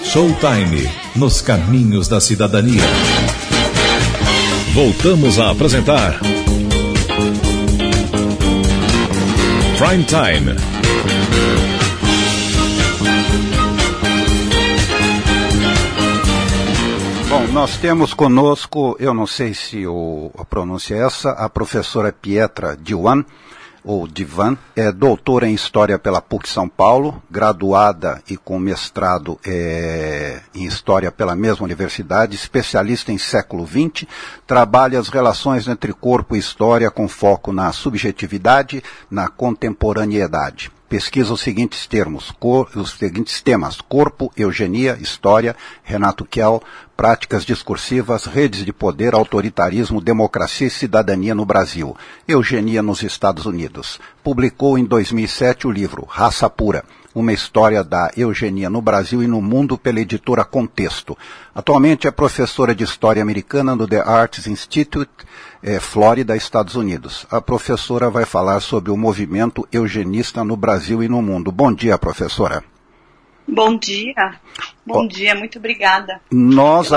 Showtime, nos caminhos da cidadania. Voltamos a apresentar Prime Time. Bom, nós temos conosco, eu não sei se a pronúncia é essa, a professora Pietra Divan, ou Divan, é doutora em História pela PUC São Paulo, graduada e com mestrado em História pela mesma universidade, especialista em século XX, trabalha as relações entre corpo e história com foco na subjetividade, na contemporaneidade. Pesquisa os seguintes temas: corpo, eugenia, história, Renato Kell, práticas discursivas, redes de poder, autoritarismo, democracia e cidadania no Brasil, eugenia nos Estados Unidos. Publicou em 2007 o livro Raça Pura, uma história da eugenia no Brasil e no mundo pela editora Contexto. Atualmente é professora de História Americana no The Arts Institute, Flórida, Estados Unidos. A professora vai falar sobre o movimento eugenista no Brasil e no mundo. Bom dia, professora. Bom dia. Bom dia, muito obrigada. Nós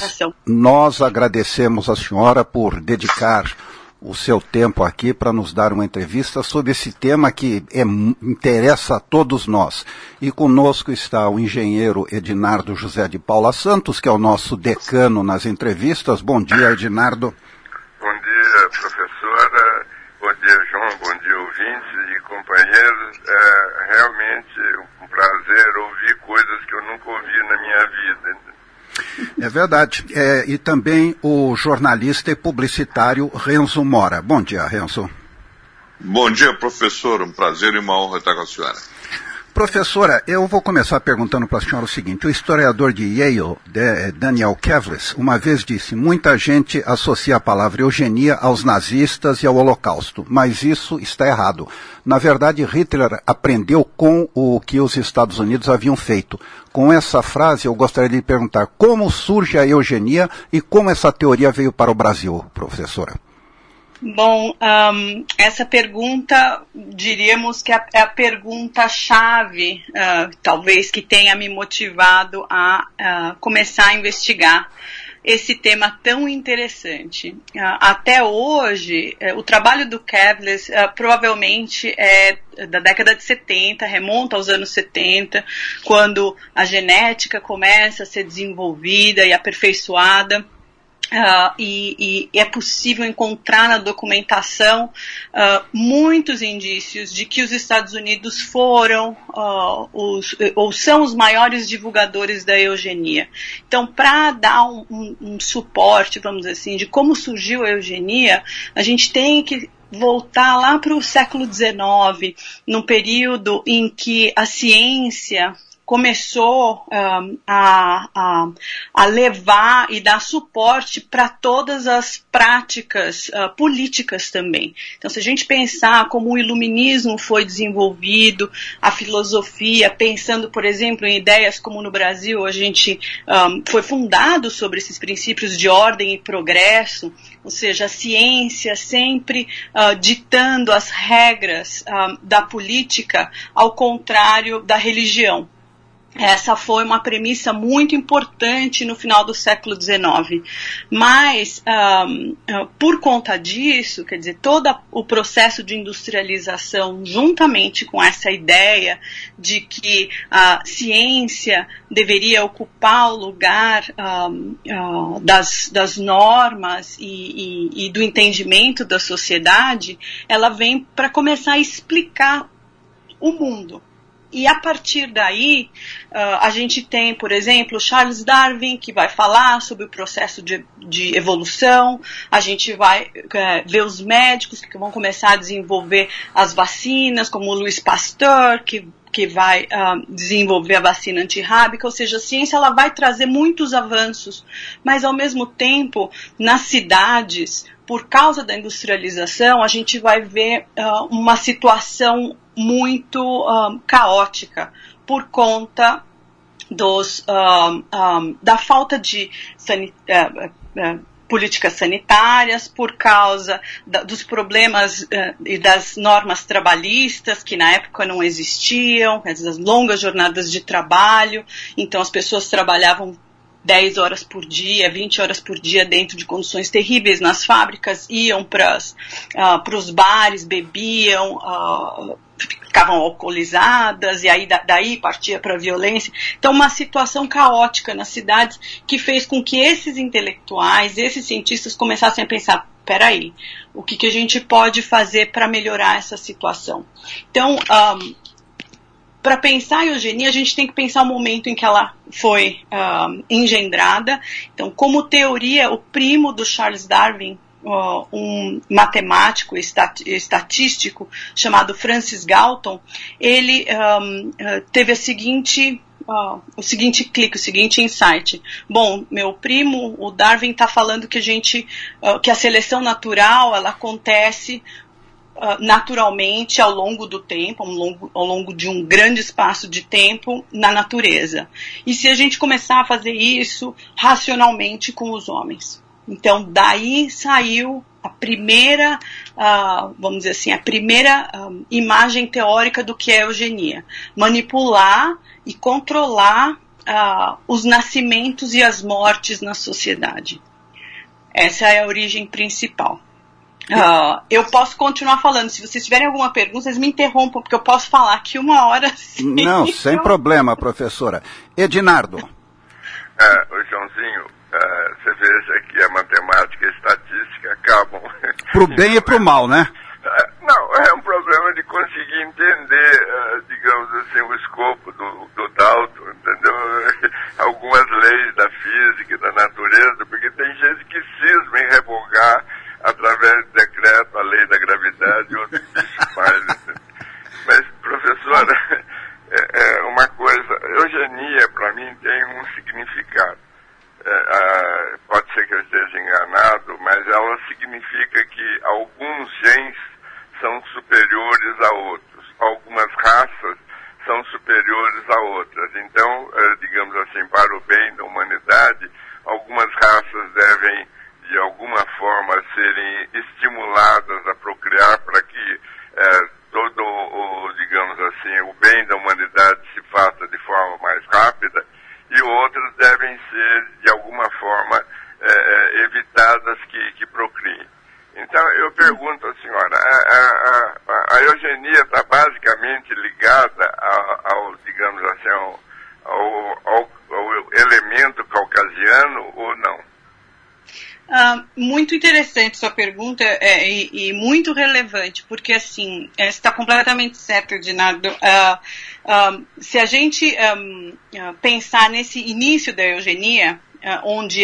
agradecemos a senhora por dedicar o seu tempo aqui para nos dar uma entrevista sobre esse tema que interessa a todos nós. E conosco está o engenheiro Edinardo José de Paula Santos, que é o nosso decano nas entrevistas. Bom dia, Edinardo. Bom dia, professora. Bom dia, João. Bom dia, ouvintes e companheiros. É realmente um prazer ouvir coisas que eu nunca ouvi na minha vida. É verdade. E também o jornalista e publicitário Renzo Mora. Bom dia, Renzo. Bom dia, professor. Um prazer e uma honra estar com a senhora. Professora, eu vou começar perguntando para a senhora o seguinte. O historiador de Yale, Daniel Kevles, uma vez disse: muita gente associa a palavra eugenia aos nazistas e ao Holocausto, mas isso está errado. Na verdade, Hitler aprendeu com o que os Estados Unidos haviam feito. Com essa frase, eu gostaria de perguntar como surge a eugenia e como essa teoria veio para o Brasil, professora. Bom, essa pergunta, diríamos que é a pergunta-chave, talvez, que tenha me motivado a começar a investigar esse tema tão interessante. Até hoje, o trabalho do Kevles provavelmente é da década de 70, remonta aos anos 70, quando a genética começa a ser desenvolvida e aperfeiçoada. E é possível encontrar na documentação muitos indícios de que os Estados Unidos foram ou são os maiores divulgadores da eugenia. Então, para dar um suporte, vamos dizer assim, de como surgiu a eugenia, a gente tem que voltar lá para o século XIX, num período em que a ciência começou a levar e dar suporte para todas as práticas políticas também. Então, se a gente pensar como o iluminismo foi desenvolvido, a filosofia, pensando, por exemplo, em ideias como no Brasil, a gente foi fundado sobre esses princípios de ordem e progresso, ou seja, a ciência sempre ditando as regras da política, ao contrário da religião. Essa foi uma premissa muito importante no final do século XIX. Mas, por conta disso, quer dizer, todo o processo de industrialização, juntamente com essa ideia de que a ciência deveria ocupar o lugar das normas e do entendimento da sociedade, ela vem para começar a explicar o mundo. E a partir daí, a gente tem, por exemplo, Charles Darwin, que vai falar sobre o processo de evolução. A gente vai ver os médicos que vão começar a desenvolver as vacinas, como o Louis Pasteur, que vai desenvolver a vacina antirrábica. Ou seja, a ciência ela vai trazer muitos avanços, mas ao mesmo tempo, nas cidades, por causa da industrialização, a gente vai ver uma situação muito caótica por conta da falta de políticas sanitárias, por causa dos problemas e das normas trabalhistas, que na época não existiam, as longas jornadas de trabalho, então as pessoas trabalhavam 10 horas por dia, 20 horas por dia dentro de condições terríveis nas fábricas, iam para os bares, bebiam, ficavam alcoolizadas, e aí daí partia para a violência. Então, uma situação caótica nas cidades que fez com que esses intelectuais, esses cientistas começassem a pensar, peraí, o que a gente pode fazer para melhorar essa situação? Então, para pensar a eugenia, a gente tem que pensar o momento em que ela foi engendrada. Então, como teoria, o primo do Charles Darwin, um matemático estatístico chamado Francis Galton, ele teve o seguinte clique, o seguinte insight. Bom, meu primo, o Darwin, está falando que a seleção natural ela acontece naturalmente ao longo do tempo, ao longo de um grande espaço de tempo na natureza. E se a gente começar a fazer isso racionalmente com os homens? Então, daí saiu a primeira, vamos dizer assim, a primeira imagem teórica do que é eugenia. Manipular e controlar os nascimentos e as mortes na sociedade. Essa é a origem principal. Eu posso continuar falando. Se vocês tiverem alguma pergunta, vocês me interrompam, porque eu posso falar aqui 1 hora. Não, sem problema, professora. Edinardo. O Joãozinho, você veja que a matemática e a estatística acabam... Pro bem e pro mal, né? Não, é um problema de conseguir entender, digamos assim, o escopo do Dalton, entendeu? Algumas leis da física e da natureza, porque tem gente que cisma em revogar através de decreto a lei da gravidade e outros bichos mais. Mas, professora, uma coisa, eugenia para mim tem um significado. Pode ser que eu esteja enganado, mas ela significa que alguns genes são superiores a outros, algumas raças são superiores a outras. Então, digamos assim, para o bem da humanidade, algumas raças devem de alguma forma serem estimuladas a procriar para que todo digamos assim, o bem da humanidade se faça de forma mais rápida, e outras devem ser de alguma forma evitadas que procriem. Então eu pergunto à senhora, a eugenia está basicamente ligada ao digamos assim, ao elemento caucasiano ou não? Muito interessante sua pergunta e muito relevante, porque assim, está completamente certo, Edinardo. Se a gente pensar nesse início da eugenia, onde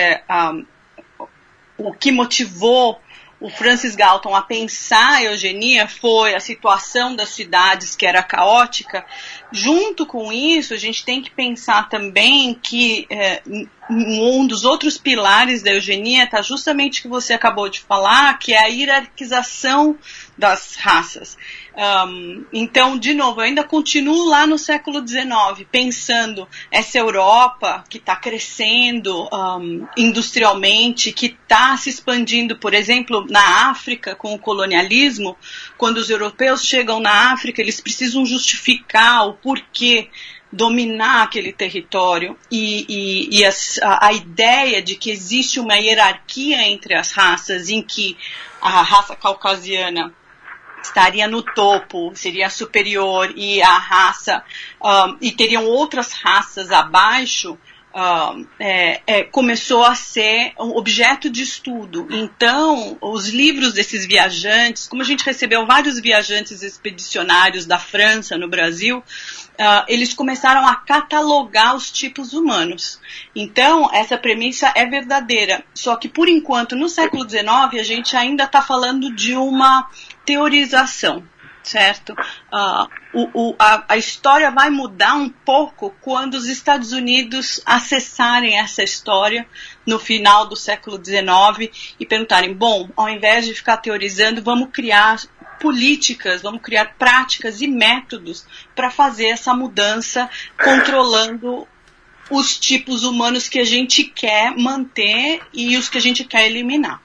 o que motivou o Francis Galton a pensar a eugenia foi a situação das cidades, que era caótica. Junto com isso, a gente tem que pensar também que um dos outros pilares da eugenia está justamente o que você acabou de falar, que é a hierarquização das raças. Então, de novo, eu ainda continuo lá no século XIX, pensando essa Europa que está crescendo industrialmente, que está se expandindo, por exemplo, na África com o colonialismo. Quando os europeus chegam na África, eles precisam justificar o porquê dominar aquele território, e a ideia de que existe uma hierarquia entre as raças, em que a raça caucasiana estaria no topo, seria superior, e a raça e teriam outras raças abaixo, começou a ser um objeto de estudo. Então, os livros desses viajantes, como a gente recebeu vários viajantes expedicionários da França no Brasil, eles começaram a catalogar os tipos humanos. Então, essa premissa é verdadeira. Só que, por enquanto, no século XIX, a gente ainda está falando de uma teorização, certo? A história vai mudar um pouco quando os Estados Unidos acessarem essa história no final do século XIX e perguntarem, bom, ao invés de ficar teorizando, vamos criar políticas, vamos criar práticas e métodos para fazer essa mudança, controlando os tipos humanos que a gente quer manter e os que a gente quer eliminar.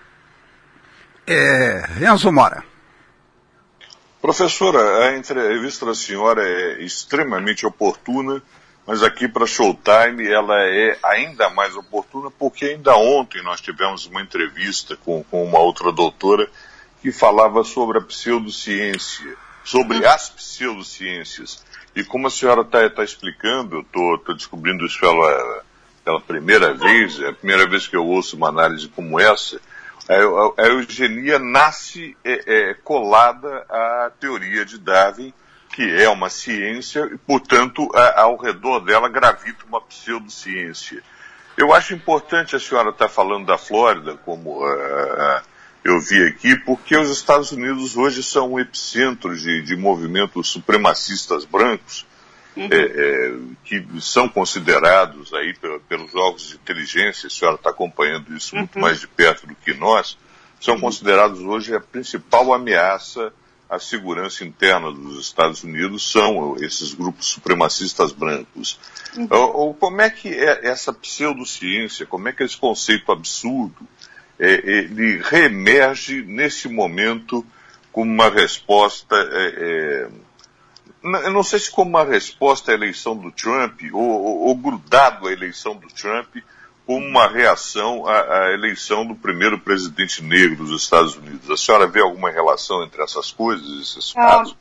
Renzo Mora. Professora, a entrevista da senhora é extremamente oportuna, mas aqui para Showtime ela é ainda mais oportuna porque ainda ontem nós tivemos uma entrevista com uma outra doutora que falava sobre a pseudociência, sobre as pseudociências. E como a senhora está explicando, eu estou descobrindo isso pela primeira vez, é a primeira vez que eu ouço uma análise como essa. A eugenia nasce colada à teoria de Darwin, que é uma ciência, e, portanto, ao redor dela gravita uma pseudociência. Eu acho importante a senhora estar falando da Flórida, como eu vi aqui, porque os Estados Unidos hoje são um epicentro de movimentos supremacistas brancos, que são considerados aí pelos órgãos de inteligência, a senhora está acompanhando isso muito mais de perto do que nós, são considerados hoje a principal ameaça à segurança interna dos Estados Unidos, são esses grupos supremacistas brancos. Como é que essa pseudociência, como é que esse conceito absurdo, ele reemerge nesse momento como uma resposta... eu não sei se como uma resposta à eleição do Trump, ou grudado à eleição do Trump, como uma reação à eleição do primeiro presidente negro dos Estados Unidos. A senhora vê alguma relação entre essas coisas, esses casos?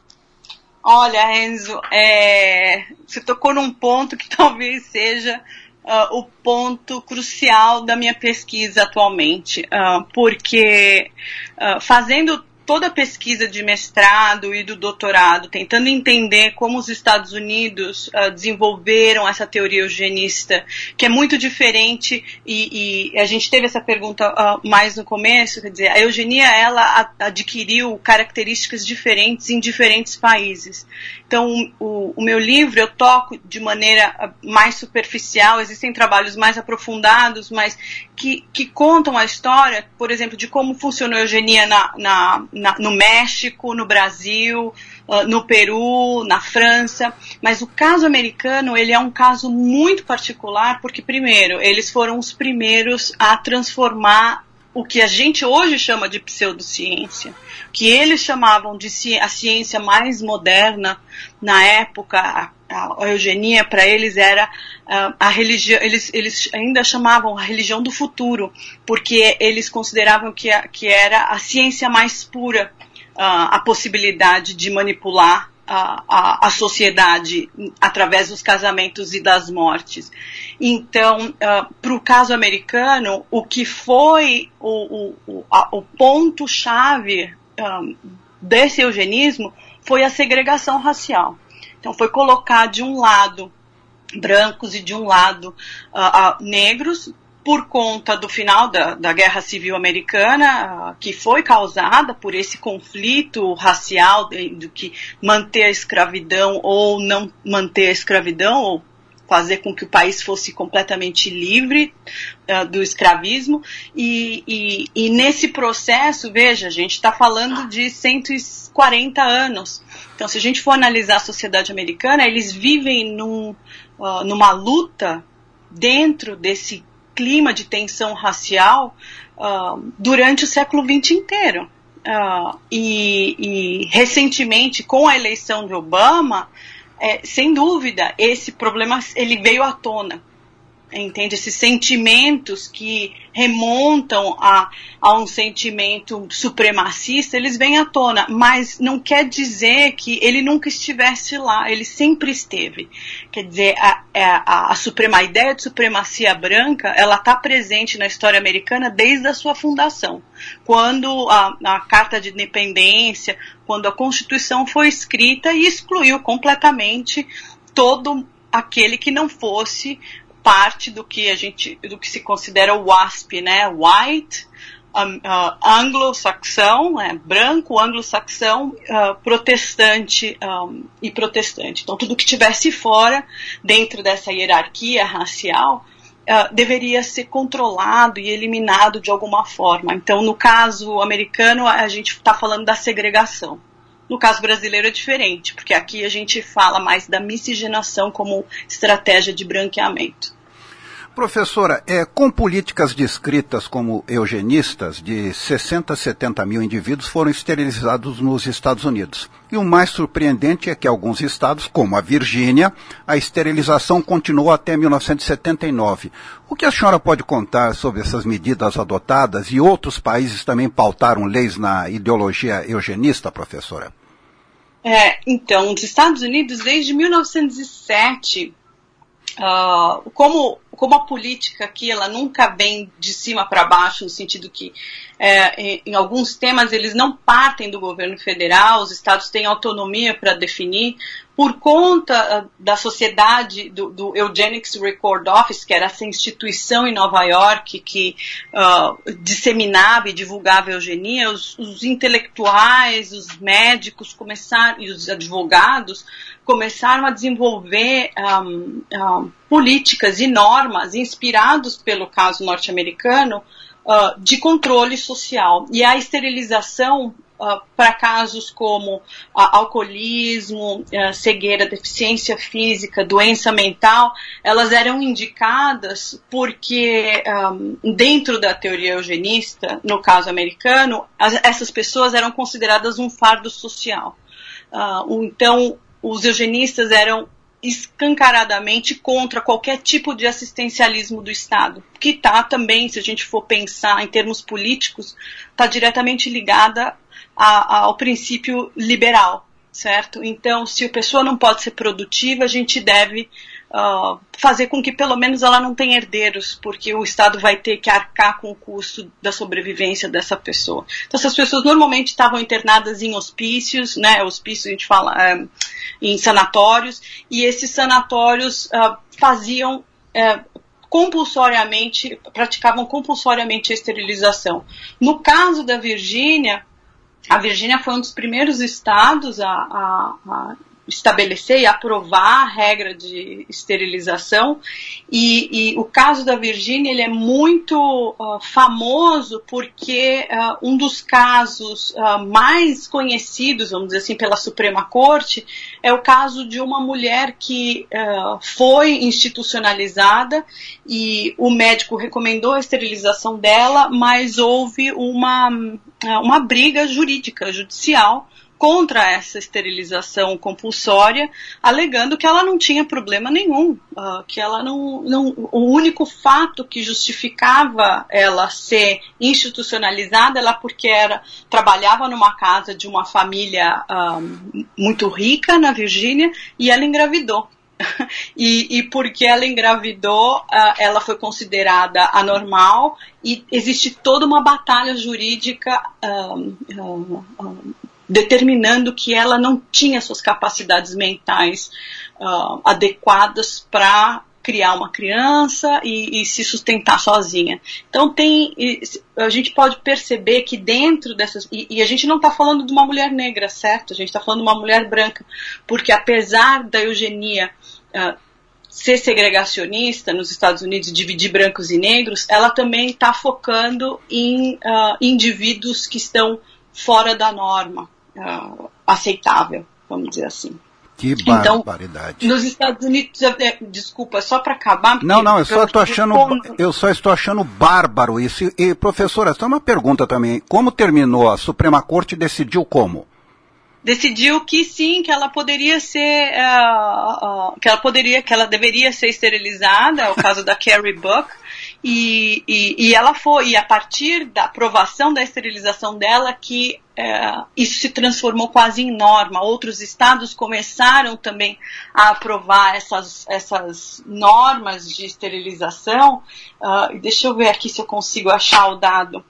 Olha, Renzo, você tocou num ponto que talvez seja o ponto crucial da minha pesquisa atualmente, porque fazendo toda a pesquisa de mestrado e do doutorado, tentando entender como os Estados Unidos desenvolveram essa teoria eugenista, que é muito diferente, e a gente teve essa pergunta mais no começo, quer dizer, a eugenia, ela adquiriu características diferentes em diferentes países. Então, o meu livro, eu toco de maneira mais superficial, existem trabalhos mais aprofundados, mas que contam a história, por exemplo, de como funcionou a eugenia no México, no Brasil, no Peru, na França. Mas o caso americano, ele é um caso muito particular, porque, primeiro, eles foram os primeiros a transformar o que a gente hoje chama de pseudociência, que eles chamavam de a ciência mais moderna na época. A eugenia para eles era a religião, eles ainda chamavam a religião do futuro, porque eles consideravam que era a ciência mais pura, a possibilidade de manipular a sociedade através dos casamentos e das mortes. Então, para o caso americano, o que foi o ponto-chave desse eugenismo foi a segregação racial. Então, foi colocar de um lado brancos e de um lado negros, por conta do final da Guerra Civil Americana, que foi causada por esse conflito racial do que manter a escravidão ou não manter a escravidão, ou fazer com que o país fosse completamente livre do escravismo. E nesse processo, veja, a gente está falando de 140 anos. Então, se a gente for analisar a sociedade americana, eles vivem numa luta dentro desse clima de tensão racial durante o século XX inteiro. E recentemente, com a eleição de Obama, sem dúvida, esse problema ele veio à tona. Entende? Esses sentimentos que remontam a um sentimento supremacista, eles vêm à tona, mas não quer dizer que ele nunca estivesse lá, ele sempre esteve. Quer dizer, a ideia de supremacia branca, ela está presente na história americana desde a sua fundação. Quando a Carta de Independência, quando a Constituição foi escrita e excluiu completamente todo aquele que não fosse parte do que se considera o WASP, né? White, anglo-saxão, branco, anglo-saxão, protestante e protestante. Então, tudo que estivesse fora, dentro dessa hierarquia racial, deveria ser controlado e eliminado de alguma forma. Então, no caso americano, a gente está falando da segregação. No caso brasileiro é diferente, porque aqui a gente fala mais da miscigenação como estratégia de branqueamento. Professora, com políticas descritas como eugenistas, de 60 a 70 mil indivíduos foram esterilizados nos Estados Unidos. E o mais surpreendente é que alguns estados, como a Virgínia, a esterilização continuou até 1979. O que a senhora pode contar sobre essas medidas adotadas e outros países também pautaram leis na ideologia eugenista, professora? Então, os Estados Unidos, desde 1907... como a política aqui, ela nunca vem de cima para baixo, no sentido que em alguns temas eles não partem do governo federal, os estados têm autonomia para definir, por conta da sociedade, do Eugenics Record Office, que era essa instituição em Nova York que disseminava e divulgava a eugenia, os intelectuais, os médicos começaram, e os advogados começaram a desenvolver políticas e normas inspirados pelo caso norte-americano de controle social. E a esterilização para casos como alcoolismo, cegueira, deficiência física, doença mental, elas eram indicadas porque dentro da teoria eugenista, no caso americano, essas pessoas eram consideradas um fardo social. Então, os eugenistas eram escancaradamente contra qualquer tipo de assistencialismo do Estado, que está também, se a gente for pensar em termos políticos, está diretamente ligada ao princípio liberal, certo? Então, se a pessoa não pode ser produtiva, a gente deve fazer com que pelo menos ela não tenha herdeiros, porque o Estado vai ter que arcar com o custo da sobrevivência dessa pessoa. Então, essas pessoas normalmente estavam internadas em hospícios, né? Hospícios a gente fala em sanatórios, e esses sanatórios praticavam compulsoriamente a esterilização. No caso da Virgínia, a Virgínia foi um dos primeiros estados a estabelecer e aprovar a regra de esterilização, e o caso da Virgínia ele é muito famoso porque um dos casos mais conhecidos, vamos dizer assim, pela Suprema Corte é o caso de uma mulher que foi institucionalizada e o médico recomendou a esterilização dela, mas houve uma briga jurídica, judicial, contra essa esterilização compulsória, alegando que ela não tinha problema nenhum, que ela o único fato que justificava ela ser institucionalizada era porque trabalhava numa casa de uma família muito rica na Virgínia e ela engravidou. E porque ela engravidou, ela foi considerada anormal e existe toda uma batalha jurídica determinando que ela não tinha suas capacidades mentais adequadas para criar uma criança e se sustentar sozinha. Então a gente pode perceber que dentro dessas... E a gente não está falando de uma mulher negra, certo? A gente está falando de uma mulher branca, porque apesar da eugenia ser segregacionista nos Estados Unidos, dividir brancos e negros, ela também está focando em indivíduos que estão fora da norma aceitável, vamos dizer assim. Que barbaridade. Então, nos Estados Unidos, desculpa, só para acabar... Não, eu só estou achando bárbaro isso. E professora, só uma pergunta também. Como terminou? A Suprema Corte decidiu como? Decidiu que sim, que ela poderia ser, que ela deveria ser esterilizada, é o caso da Carrie Buck, e ela foi, e a partir da aprovação da esterilização dela, que isso se transformou quase em norma. Outros estados começaram também a aprovar essas normas de esterilização. Deixa eu ver aqui se eu consigo achar o dado.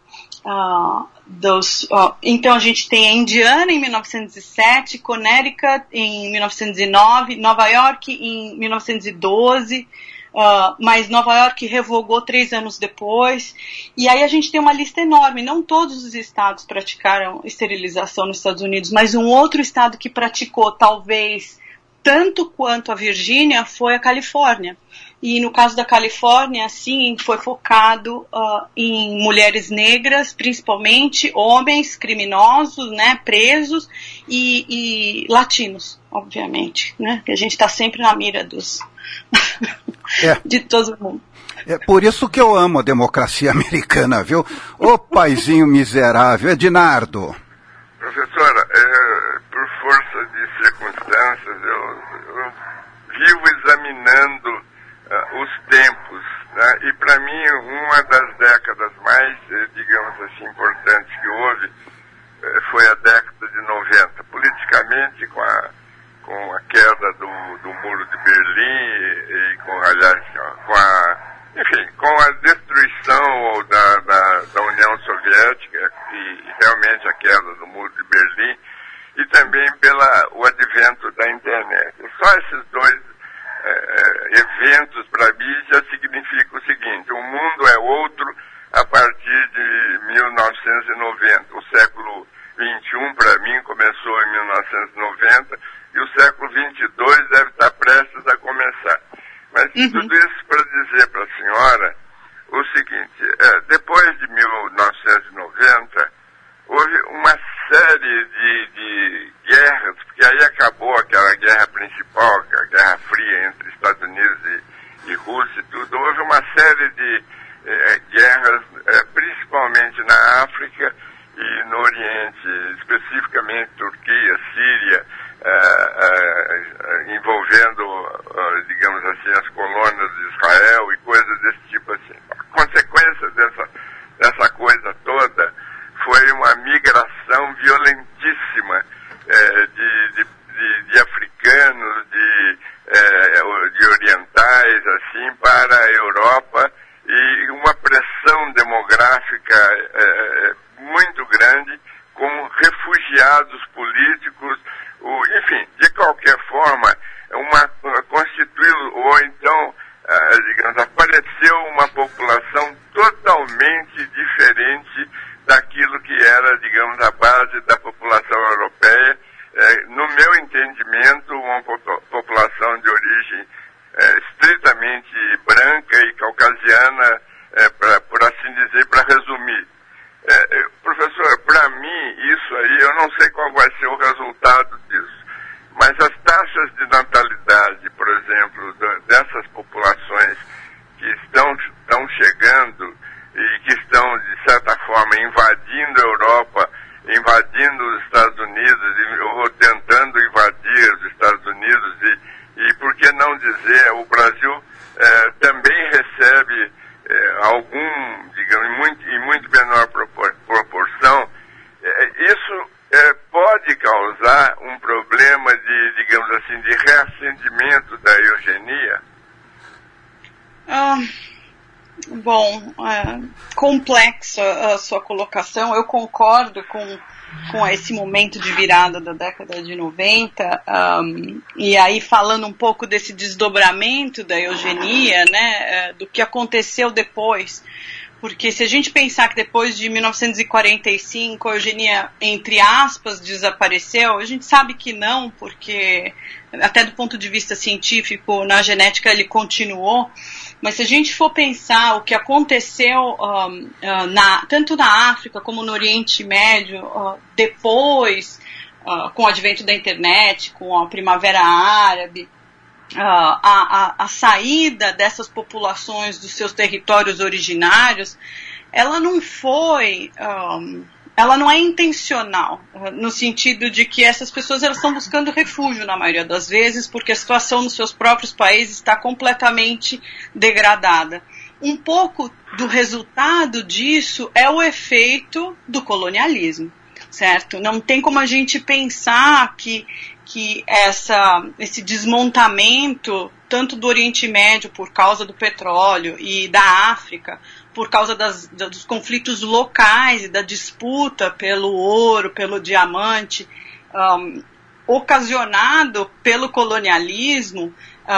Então a gente tem a Indiana em 1907, Connecticut em 1909, Nova York em 1912, mas Nova York revogou 3 anos depois, e aí a gente tem uma lista enorme. Não todos os estados praticaram esterilização nos Estados Unidos, mas um outro estado que praticou talvez tanto quanto a Virgínia, foi a Califórnia. E no caso da Califórnia, sim, foi focado em mulheres negras, principalmente homens criminosos, né, presos, e latinos, obviamente, né, que a gente está sempre na mira dos de todo mundo. É por isso que eu amo a democracia americana, viu? Ô paizinho miserável, Ednardo. Professora, por força de circunstâncias, eu vivo examinando os tempos, né? E para mim uma das décadas mais, digamos assim, importantes que houve foi a década de 90, politicamente com a queda do Muro de Berlim e com a destruição da União Soviética e realmente a queda do Muro de Berlim, e também o advento da internet. Só esses dois eventos para mim já significa o seguinte: o mundo é outro a partir de 1990. O século XXI, para mim, começou em 1990 e o século XXII deve estar prestes a começar. Mas tudo isso para dizer para a senhora o seguinte: depois de 1990 houve uma série de guerras, porque aí acabou aquela guerra principal, a Guerra Fria entre Estados Unidos e Rússia e tudo. Houve uma série de guerras, principalmente na África e no Oriente, especificamente Turquia, Síria, envolvendo, digamos assim, as colônias de Israel e coisas desse tipo assim. A consequência dessa coisa toda foi uma migração violentíssima de africanos, de orientais, assim, para a Europa, e uma pressão demográfica muito grande, com refugiados políticos, enfim, de qualquer forma, constituiu, ou então, digamos, apareceu uma população totalmente diferente daquilo que era, digamos, a base da população europeia, no meu entendimento, uma população de origem estritamente branca e caucasiana, por assim dizer, para resumir. Professor, para mim, isso aí, eu não sei qual vai ser o resultado disso, mas as taxas de natalidade, por exemplo, dessas populações que estão chegando e que estão, de certa forma, invadindo a Europa, invadindo os Estados Unidos, ou tentando invadir os Estados Unidos, e por que não dizer, o Brasil também recebe algum, digamos, em muito menor proporção. Isso pode causar um problema de, digamos assim, de reassentimento da eugenia? Bom, complexa a sua colocação. Eu concordo com esse momento de virada da década de 90, e aí falando um pouco desse desdobramento da eugenia, né, do que aconteceu depois. Porque se a gente pensar que depois de 1945 a eugenia, entre aspas, desapareceu, a gente sabe que não, porque até do ponto de vista científico, na genética ele continuou. Mas se a gente for pensar o que aconteceu tanto na África como no Oriente Médio, depois, com o advento da internet, com a Primavera Árabe, a saída dessas populações dos seus territórios originários, ela não foi, ela não é intencional, no sentido de que essas pessoas elas estão buscando refúgio na maioria das vezes, porque a situação nos seus próprios países está completamente degradada. Um pouco do resultado disso é o efeito do colonialismo, certo? Não tem como a gente pensar que esse desmontamento, tanto do Oriente Médio por causa do petróleo e da África, por causa dos conflitos locais e da disputa pelo ouro, pelo diamante, ocasionado pelo colonialismo,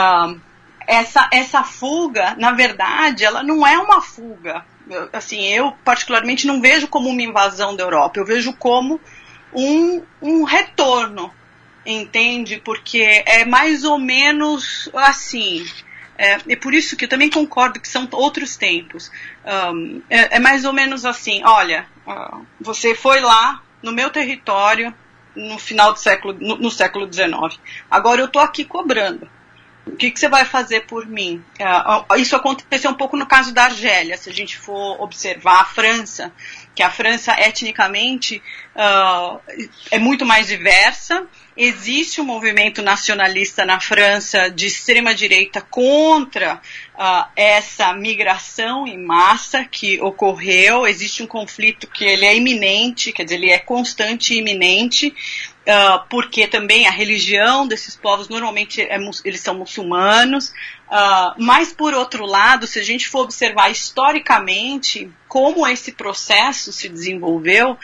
essa fuga, na verdade, ela não é uma fuga. Eu particularmente não vejo como uma invasão da Europa, eu vejo como um retorno entende? Porque é mais ou menos assim. É por isso que eu também concordo que são outros tempos. É mais ou menos assim, olha, você foi lá no meu território no final do século, no século XIX. Agora eu estou aqui cobrando. O que você vai fazer por mim? Isso aconteceu um pouco no caso da Argélia, se a gente for observar a França, que a França etnicamente é muito mais diversa. Existe um movimento nacionalista na França de extrema-direita contra essa migração em massa que ocorreu. Existe um conflito que ele é iminente, quer dizer, ele é constante e iminente, porque também a religião desses povos normalmente eles são muçulmanos. Mas, por outro lado, se a gente for observar historicamente como esse processo se desenvolveu,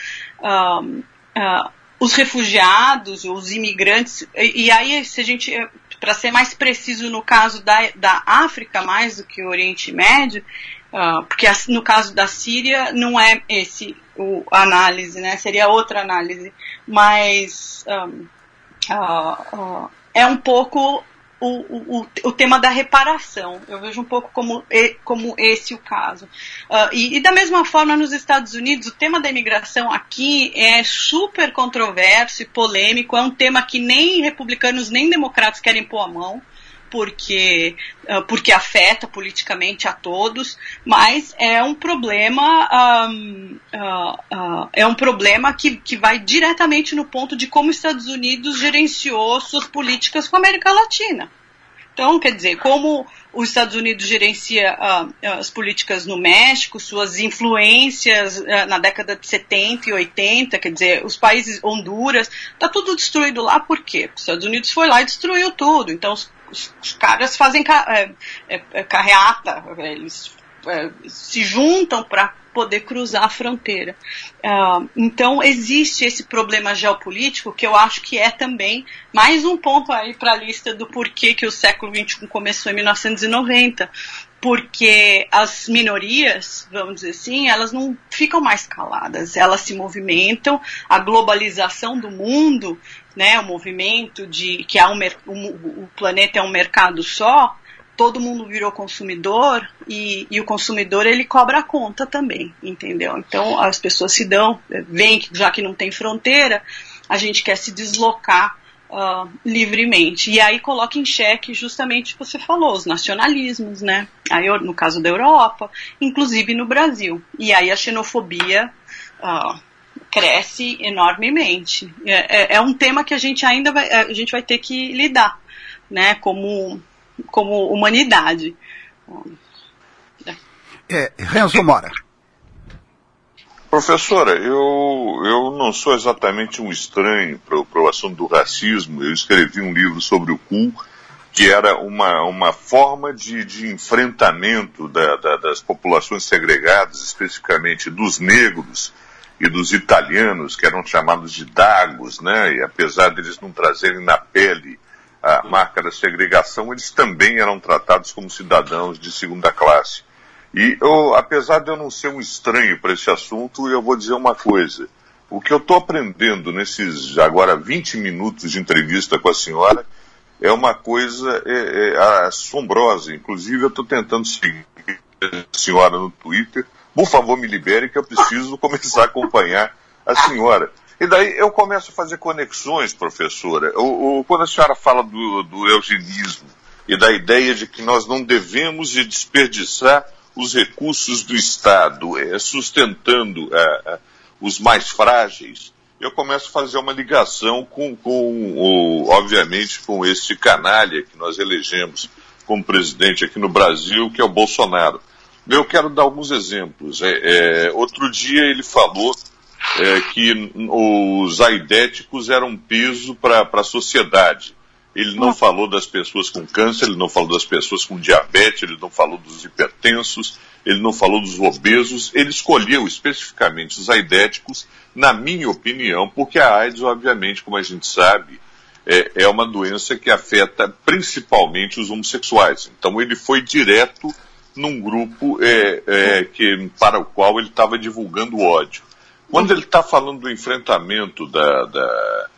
os refugiados, os imigrantes, e aí, se a gente, para ser mais preciso no caso da África mais do que o Oriente Médio, porque no caso da Síria não é esse a análise, né? Seria outra análise, mas é um pouco o tema da reparação. Eu vejo um pouco como esse o caso. E da mesma forma, nos Estados Unidos, o tema da imigração aqui é super controverso e polêmico. É um tema que nem republicanos nem democratas querem pôr a mão, porque afeta politicamente a todos, mas é um problema que vai diretamente no ponto de como os Estados Unidos gerenciou suas políticas com a América Latina. Então, quer dizer, como os Estados Unidos gerencia as políticas no México, suas influências na década de 70 e 80, quer dizer, os países, Honduras, está tudo destruído lá, por quê? Porque os Estados Unidos foi lá e destruiu tudo. Então, os caras fazem carreata, eles se juntam para poder cruzar a fronteira. Então, existe esse problema geopolítico que eu acho que é também mais um ponto aí para a lista do porquê que o século XXI começou em 1990. Porque as minorias, vamos dizer assim, elas não ficam mais caladas, elas se movimentam, a globalização do mundo, né, o movimento de que o planeta é um mercado só, todo mundo virou consumidor e o consumidor ele cobra a conta também, entendeu? Então as pessoas veem que já que não tem fronteira, a gente quer se deslocar livremente. E aí coloca em xeque justamente o que você falou, os nacionalismos, né? Aí, no caso da Europa, inclusive no Brasil. E aí a xenofobia cresce enormemente. É um tema que a gente vai ter que lidar, né? Como humanidade. Renzo Mora. Professora, eu não sou exatamente um estranho para o assunto do racismo. Eu escrevi um livro sobre o cu, que era uma forma de enfrentamento das populações segregadas, especificamente dos negros e dos italianos, que eram chamados de dagos, né? E apesar deles não trazerem na pele a marca da segregação, eles também eram tratados como cidadãos de segunda classe. E apesar de eu não ser um estranho para esse assunto, eu vou dizer uma coisa. O que eu estou aprendendo nesses agora 20 minutos de entrevista com a senhora é uma coisa assombrosa. Inclusive, eu estou tentando seguir a senhora no Twitter. Por favor, me libere que eu preciso começar a acompanhar a senhora. E daí eu começo a fazer conexões, professora. Quando a senhora fala do eugenismo e da ideia de que nós não devemos desperdiçar os recursos do Estado, sustentando os mais frágeis, eu começo a fazer uma ligação obviamente, com esse canalha que nós elegemos como presidente aqui no Brasil, que é o Bolsonaro. Eu quero dar alguns exemplos. Outro dia ele falou que os aidéticos eram um peso para a sociedade. Ele não falou das pessoas com câncer, ele não falou das pessoas com diabetes, ele não falou dos hipertensos, ele não falou dos obesos, ele escolheu especificamente os aidéticos, na minha opinião, porque a AIDS, obviamente, como a gente sabe, é uma doença que afeta principalmente os homossexuais. Então ele foi direto num grupo para o qual ele estava divulgando ódio. Quando ele está falando do enfrentamento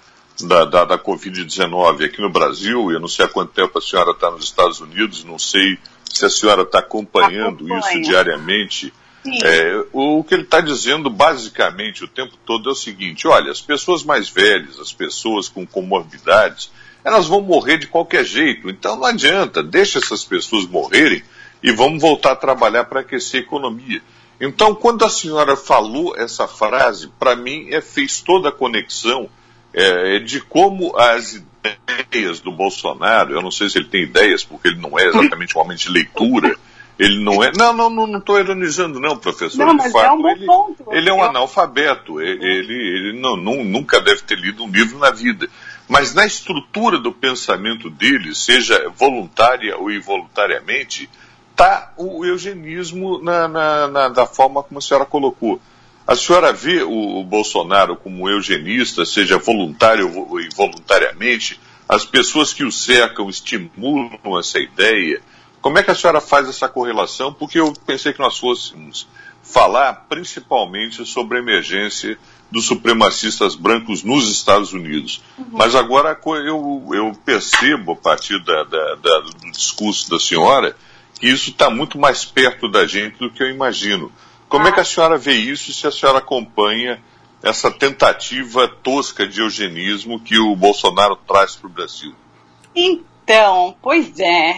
da Covid-19 aqui no Brasil. Eu não sei há quanto tempo a senhora está nos Estados Unidos, não sei se a senhora está acompanhando isso diariamente. O que ele está dizendo basicamente o tempo todo é o seguinte: olha, as pessoas mais velhas, as pessoas com comorbidades, elas vão morrer de qualquer jeito, então não adianta, deixa essas pessoas morrerem e vamos voltar a trabalhar para aquecer a economia. Então, quando a senhora falou essa frase, para mim fez toda a conexão de como as ideias do Bolsonaro, eu não sei se ele tem ideias, porque ele não é exatamente um homem de leitura, ele não é... Não estou ironizando não, professor. Não, mas de fato, é um bom ponto. Ele é um analfabeto, ele nunca deve ter lido um livro na vida. Mas na estrutura do pensamento dele, seja voluntária ou involuntariamente, está o eugenismo da forma como a senhora colocou. A senhora vê o Bolsonaro como eugenista, seja voluntário ou involuntariamente? As pessoas que o cercam estimulam essa ideia? Como é que a senhora faz essa correlação? Porque eu pensei que nós fôssemos falar principalmente sobre a emergência dos supremacistas brancos nos Estados Unidos. Mas agora eu percebo, a partir do discurso da senhora, que isso está muito mais perto da gente do que eu imagino. Como é que a senhora vê isso, se a senhora acompanha essa tentativa tosca de eugenismo que o Bolsonaro traz para o Brasil? Então, pois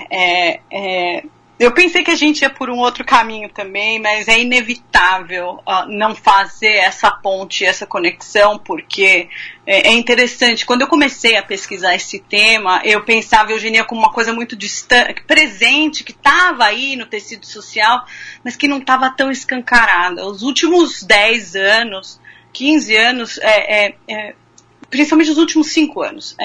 eu pensei que a gente ia por um outro caminho também, mas é inevitável não fazer essa ponte, essa conexão, porque é interessante. Quando eu comecei a pesquisar esse tema, eu pensava a eugenia como uma coisa muito distante, presente, que estava aí no tecido social, mas que não estava tão escancarada. Os últimos 10 anos, 15 anos, principalmente os últimos 5 anos,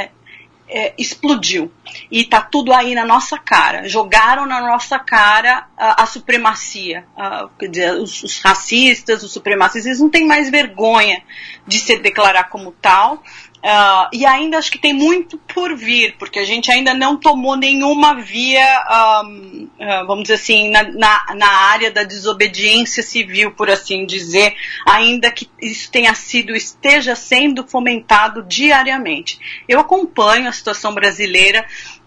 explodiu. E está tudo aí na nossa cara. Jogaram na nossa cara a supremacia. Quer dizer, os racistas, os supremacistas, eles não têm mais vergonha de se declarar como tal. E ainda acho que tem muito por vir, porque a gente ainda não tomou nenhuma via, vamos dizer assim, na área da desobediência civil, por assim dizer, ainda que isso esteja sendo fomentado diariamente. Eu acompanho a situação brasileira.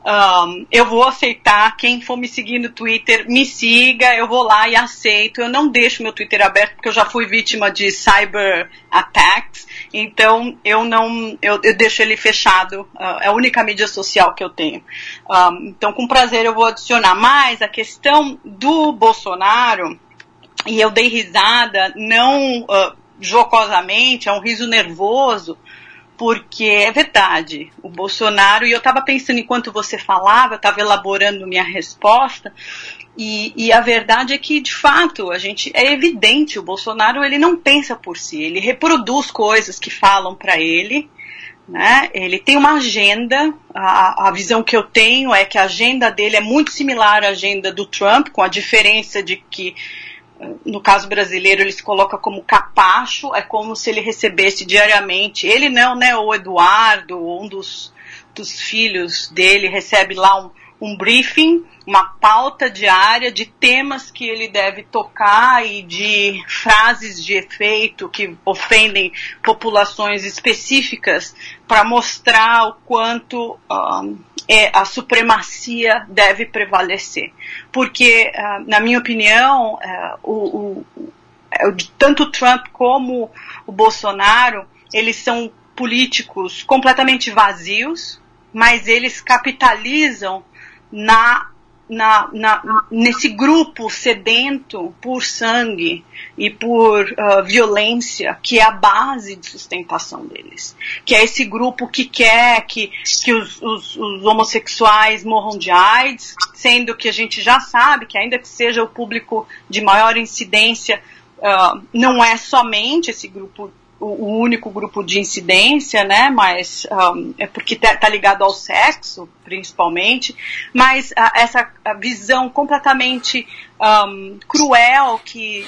Eu vou aceitar, quem for me seguir no Twitter, me siga, eu vou lá e aceito. Eu não deixo meu Twitter aberto, porque eu já fui vítima de cyber attacks, então eu deixo ele fechado, é a única mídia social que eu tenho. Então, com prazer eu vou adicionar. Mas a questão do Bolsonaro, e eu dei risada, não jocosamente, é um riso nervoso, porque é verdade, o Bolsonaro, e eu estava pensando enquanto você falava, eu estava elaborando minha resposta, e a verdade é que, de fato, é evidente, o Bolsonaro, ele não pensa por si, ele reproduz coisas que falam para ele, né? Ele tem uma agenda, a visão que eu tenho é que a agenda dele é muito similar à agenda do Trump, com a diferença de que, no caso brasileiro, ele se coloca como capacho, é como se ele recebesse diariamente, ele não, né, o Eduardo, um dos filhos dele, recebe lá um briefing, uma pauta diária de temas que ele deve tocar e de frases de efeito que ofendem populações específicas para mostrar o quanto a supremacia deve prevalecer. Porque, na minha opinião, tanto o Trump como o Bolsonaro, eles são políticos completamente vazios, mas eles capitalizam nesse grupo sedento por sangue e por violência, que é a base de sustentação deles. Que é esse grupo que quer que os homossexuais morram de AIDS, sendo que a gente já sabe que, ainda que seja o público de maior incidência, não é somente esse grupo, o único grupo de incidência, né, mas é porque está ligado ao sexo, principalmente, mas essa visão completamente cruel que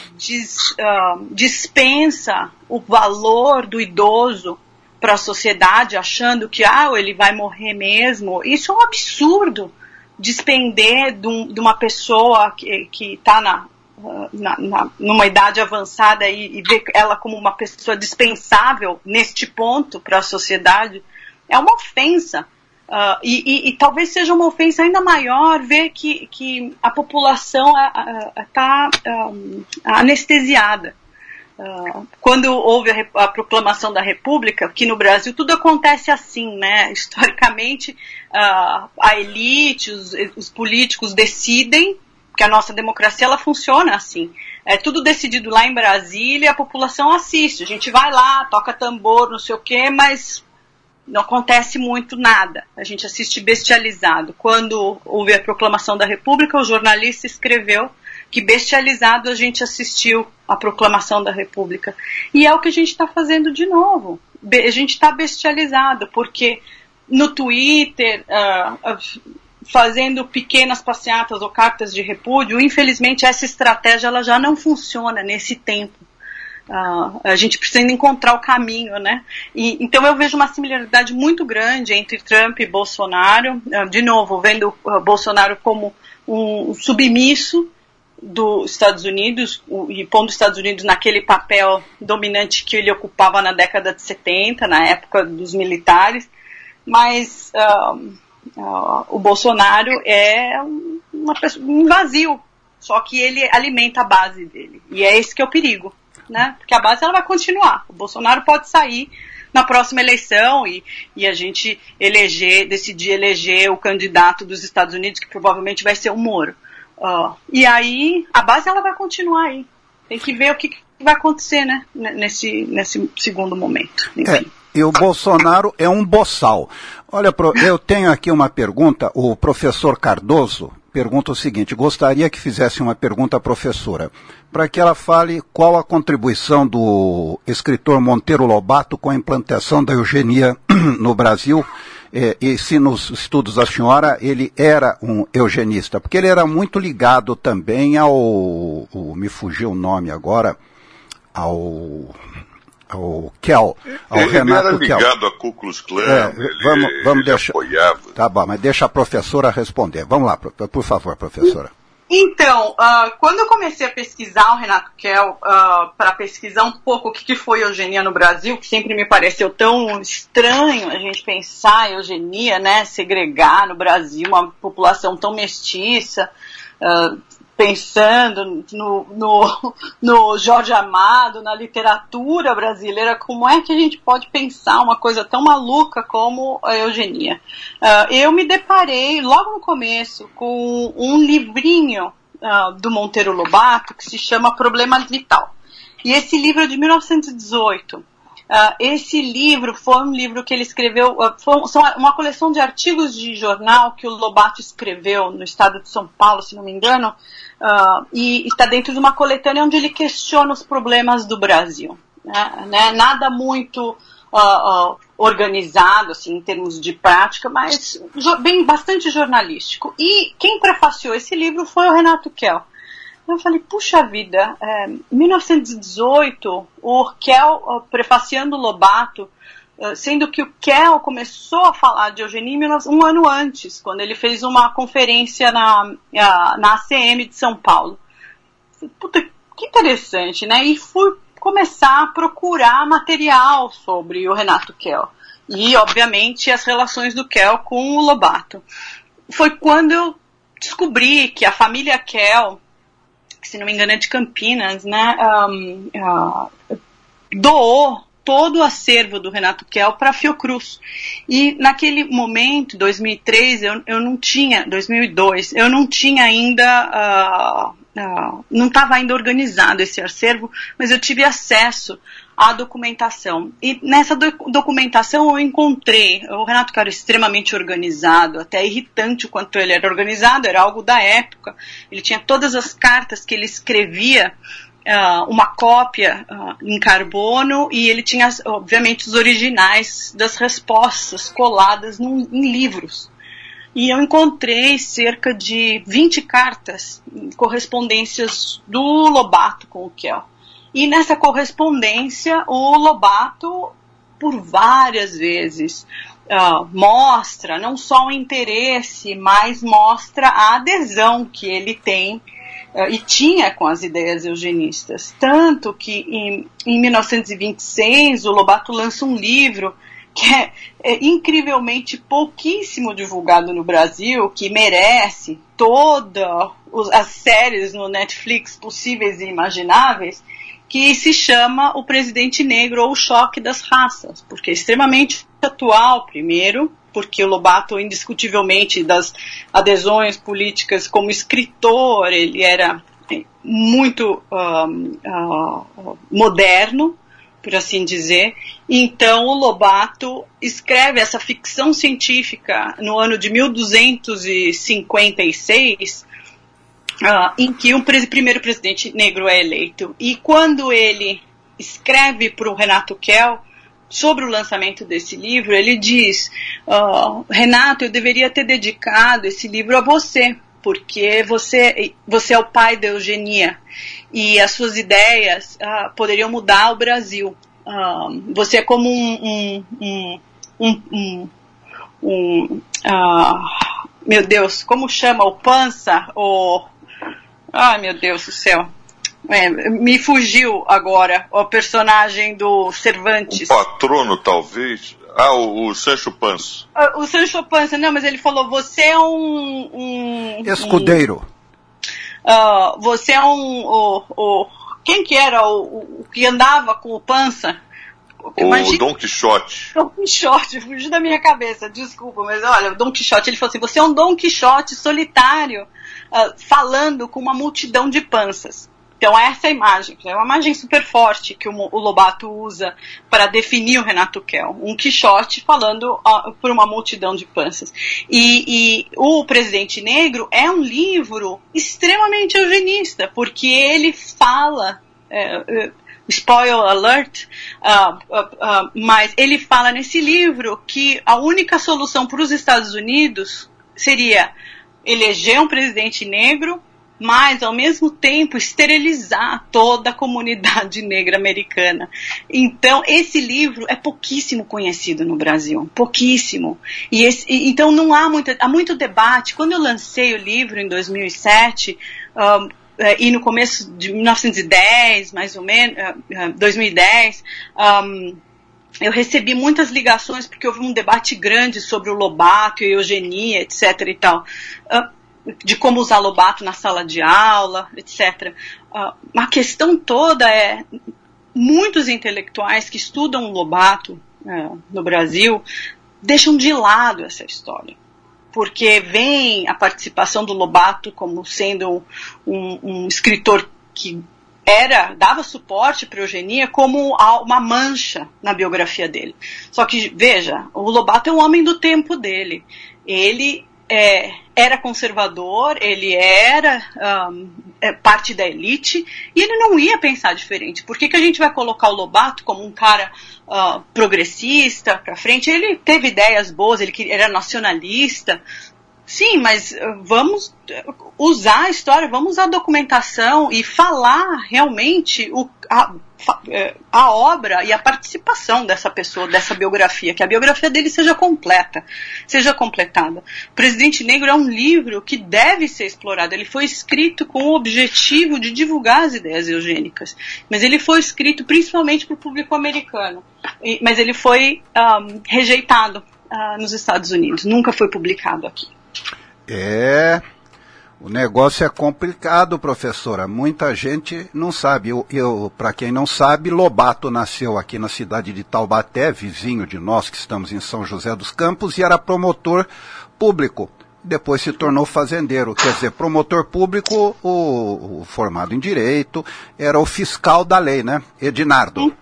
dispensa o valor do idoso para a sociedade, achando que ele vai morrer mesmo. Isso é um absurdo, despender de uma pessoa que está numa idade avançada e ver ela como uma pessoa dispensável neste ponto para a sociedade, é uma ofensa. E talvez seja uma ofensa ainda maior ver que a população está anestesiada. Quando houve a proclamação da República, que no Brasil tudo acontece assim, né? Historicamente, a elite, os políticos decidem, porque a nossa democracia ela funciona assim. É tudo decidido lá em Brasília, a população assiste. A gente vai lá, toca tambor, não sei o quê, mas não acontece muito nada. A gente assiste bestializado. Quando houve a proclamação da República, o jornalista escreveu que bestializado a gente assistiu à proclamação da República. E é o que a gente está fazendo de novo. A gente está bestializado, porque no Twitter, fazendo pequenas passeatas ou cartas de repúdio, infelizmente essa estratégia ela já não funciona nesse tempo. A gente precisa encontrar o caminho, né? Então eu vejo uma similaridade muito grande entre Trump e Bolsonaro, de novo, vendo Bolsonaro como um submisso dos Estados Unidos e pondo os Estados Unidos naquele papel dominante que ele ocupava na década de 70, na época dos militares, mas o Bolsonaro é um vazio, só que ele alimenta a base dele, e é esse que é o perigo, né? Porque a base ela vai continuar. O Bolsonaro pode sair na próxima eleição e a gente decidir eleger o candidato dos Estados Unidos, que provavelmente vai ser o Moro. E aí a base ela vai continuar aí. Tem que ver o que vai acontecer, né? Nesse segundo momento. Enfim. E o Bolsonaro é um boçal. Olha, eu tenho aqui uma pergunta. O professor Cardoso pergunta o seguinte: gostaria que fizesse uma pergunta à professora, para que ela fale qual a contribuição do escritor Monteiro Lobato com a implantação da eugenia no Brasil, e se nos estudos da senhora ele era um eugenista, porque ele era muito ligado também me fugiu o nome agora, ao Kell, ao Renato Kell. Ele era ligado a Ku Klux Klan, vamos deixar, apoiava. Tá bom, mas deixa a professora responder. Vamos lá, por favor, professora. Então, quando eu comecei a pesquisar o Renato Kell, para pesquisar um pouco o que foi eugenia no Brasil, que sempre me pareceu tão estranho a gente pensar em eugenia, né, segregar no Brasil uma população tão mestiça, pensando no Jorge Amado, na literatura brasileira, como é que a gente pode pensar uma coisa tão maluca como a eugenia? Eu me deparei logo no começo com um livrinho do Monteiro Lobato que se chama Problema Vital. E esse livro é de 1918. Esse livro foi um livro que ele escreveu, são uma coleção de artigos de jornal que o Lobato escreveu no estado de São Paulo, se não me engano, e está dentro de uma coletânea onde ele questiona os problemas do Brasil. Né? Nada muito organizado, assim, em termos de prática, mas bastante jornalístico. E quem prefaciou esse livro foi o Renato Kell. Eu falei, puxa vida, em 1918, o Kell prefaciando o Lobato, sendo que o Kell começou a falar de eugenia um ano antes, quando ele fez uma conferência na ACM de São Paulo. Puta, que interessante, né? E fui começar a procurar material sobre o Renato Kell. E, obviamente, as relações do Kell com o Lobato. Foi quando eu descobri que a família Kell, que se não me engano é de Campinas, né, doou todo o acervo do Renato Kell para a Fiocruz. E naquele momento, 2003, eu não tinha, 2002, eu não tinha ainda, não estava ainda organizado esse acervo, mas eu tive acesso à documentação. E nessa documentação eu encontrei o Renato Kell extremamente organizado, até irritante o quanto ele era organizado, era algo da época. Ele tinha todas as cartas que ele escrevia, uma cópia em carbono, e ele tinha, obviamente, os originais das respostas coladas em livros. E eu encontrei cerca de 20 cartas, correspondências do Lobato com o Kell. E nessa correspondência, o Lobato, por várias vezes, mostra não só o interesse, mas mostra a adesão que ele tem e tinha com as ideias eugenistas. Tanto que em 1926 o Lobato lança um livro que é incrivelmente pouquíssimo divulgado no Brasil, que merece todas as séries no Netflix possíveis e imagináveis, que se chama O Presidente Negro ou O Choque das Raças, porque é extremamente atual, primeiro, porque o Lobato, indiscutivelmente, das adesões políticas como escritor, ele era muito moderno, por assim dizer. Então o Lobato escreve essa ficção científica no ano de 1256, em que o primeiro presidente negro é eleito. E quando ele escreve para o Renato Kell sobre o lançamento desse livro, ele diz: Renato, eu deveria ter dedicado esse livro a você, porque você é o pai da eugenia e as suas ideias poderiam mudar o Brasil. Você é como meu Deus, como chama o Pança? Ai, meu Deus do céu. Me fugiu agora o personagem do Cervantes. O patrono, talvez. O Sancho Panza. O Sancho Panza, não, mas ele falou: você é um escudeiro. Você é quem que era o que andava com o Pança? Dom Quixote. Dom Quixote, fugiu da minha cabeça, desculpa, mas olha, o Dom Quixote, ele falou assim: você é um Dom Quixote solitário, falando com uma multidão de panças. Então essa é a imagem, é uma imagem super forte que o Lobato usa para definir o Renato Kell, um Quixote falando por uma multidão de panças. E o Presidente Negro é um livro extremamente eugenista, porque ele fala, spoiler alert, mas ele fala nesse livro que a única solução para os Estados Unidos seria eleger um presidente negro, mas, ao mesmo tempo, esterilizar toda a comunidade negra americana. Então, esse livro é pouquíssimo conhecido no Brasil, pouquíssimo. Então, não há muito debate. Quando eu lancei o livro em 2007, e no começo de 1910, mais ou menos, 2010, eu recebi muitas ligações, porque houve um debate grande sobre o Lobato e a eugenia, etc. e tal. De como usar Lobato na sala de aula, etc. A questão toda é, muitos intelectuais que estudam Lobato no Brasil deixam de lado essa história, porque veem a participação do Lobato como sendo um escritor que dava suporte para a eugenia como uma mancha na biografia dele. Só que, veja, o Lobato é um homem do tempo dele. Ele era conservador, ele era parte da elite, e ele não ia pensar diferente. Por que a gente vai colocar o Lobato como um cara progressista para frente? Ele teve ideias boas, ele era nacionalista. Sim, mas vamos usar a história, vamos usar a documentação e falar realmente a obra e a participação dessa pessoa, dessa biografia, que a biografia dele seja completa, seja completada. O Presidente Negro é um livro que deve ser explorado. Ele foi escrito com o objetivo de divulgar as ideias eugênicas, mas ele foi escrito principalmente para o público americano, mas ele foi rejeitado nos Estados Unidos, nunca foi publicado aqui. O negócio é complicado, professora. Muita gente não sabe. Para quem não sabe, Lobato nasceu aqui na cidade de Taubaté, vizinho de nós, que estamos em São José dos Campos, e era promotor público. Depois se tornou fazendeiro. Quer dizer, promotor público, o formado em direito, era o fiscal da lei, né? Edinardo.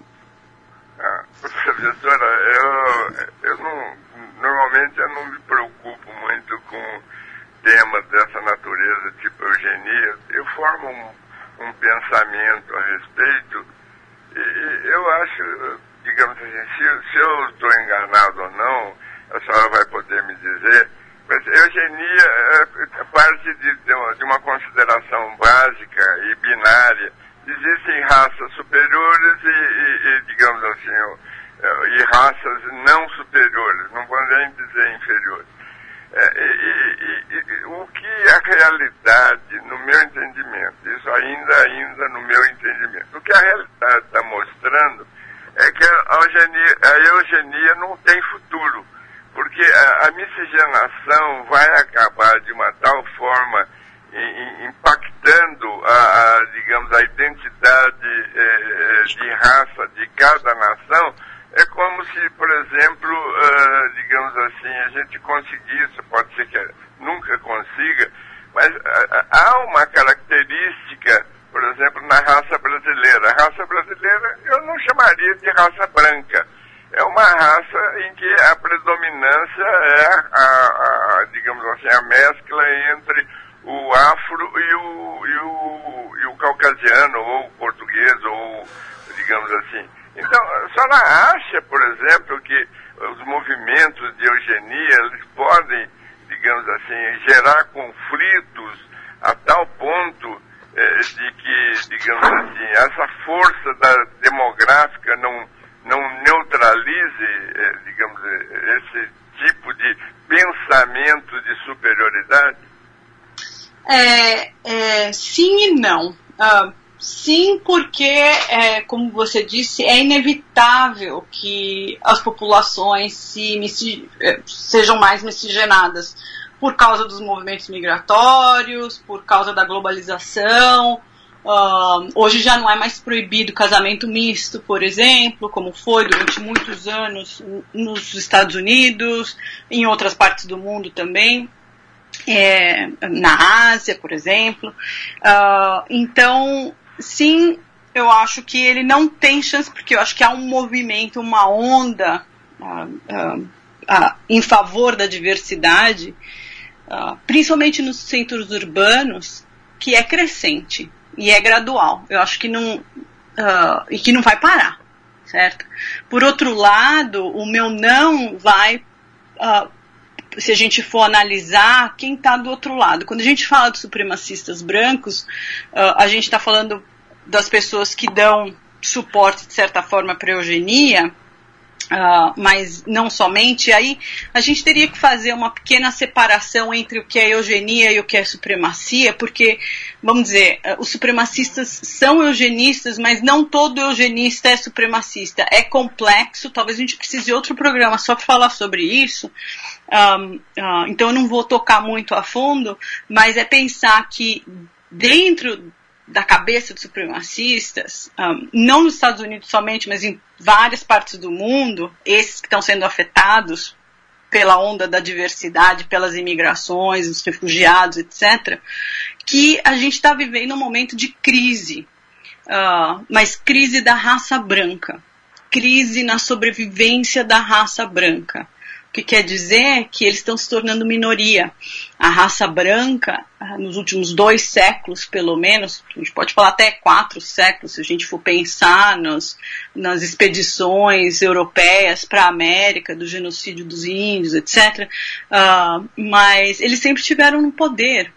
Professora, normalmente eu não me preocupo muito com temas dessa natureza, tipo eugenia. Eu formo um pensamento a respeito e eu acho, digamos assim, se eu estou enganado ou não, a senhora vai poder me dizer, mas eugenia parte de uma consideração básica e binária. Existem raças superiores e digamos assim, e raças não superiores, não vou nem dizer inferiores. O que a realidade, no meu entendimento, isso ainda no meu entendimento, o que a realidade está mostrando é que a eugenia não tem futuro, porque a miscigenação vai acabar de uma tal forma impactando digamos, a identidade de raça de cada nação. É como se, por exemplo, digamos assim, a gente conseguisse, pode ser que nunca consiga, mas há uma característica, por exemplo, na raça brasileira. A raça brasileira eu não chamaria de raça branca. É uma raça em que a predominância é, digamos assim, a mescla entre o afro e o caucasiano, ou o português, ou, digamos assim. Então, a senhora acha, por exemplo, que os movimentos de eugenia, eles podem, digamos assim, gerar conflitos a tal ponto de que, digamos assim, essa força demográfica não neutralize, digamos, esse tipo de pensamento de superioridade? Sim e não. Sim, porque, como você disse, é inevitável que as populações sejam mais miscigenadas por causa dos movimentos migratórios, por causa da globalização. Hoje já não é mais proibido casamento misto, por exemplo, como foi durante muitos anos nos Estados Unidos, em outras partes do mundo também. Na Ásia, por exemplo. Então, sim, eu acho que ele não tem chance, porque eu acho que há um movimento, uma onda em favor da diversidade, principalmente nos centros urbanos, que é crescente e é gradual. Eu acho que e que não vai parar, certo? Por outro lado, o meu não vai... se a gente for analisar quem está do outro lado. Quando a gente fala de supremacistas brancos, a gente está falando das pessoas que dão suporte, de certa forma, para a eugenia, mas não somente. Aí a gente teria que fazer uma pequena separação entre o que é eugenia e o que é supremacia, porque, vamos dizer, os supremacistas são eugenistas, mas não todo eugenista é supremacista. É complexo, talvez a gente precise de outro programa só para falar sobre isso. Então eu não vou tocar muito a fundo, mas é pensar que dentro da cabeça dos supremacistas, não nos Estados Unidos somente, mas em várias partes do mundo, esses que estão sendo afetados pela onda da diversidade, pelas imigrações, os refugiados, etc., que a gente está vivendo um momento de crise, mas crise da raça branca, crise na sobrevivência da raça branca. O que quer dizer que eles estão se tornando minoria. A raça branca, nos últimos 2 séculos, pelo menos, a gente pode falar até 4 séculos, se a gente for pensar nas expedições europeias para a América, do genocídio dos índios, etc. Mas eles sempre estiveram no poder.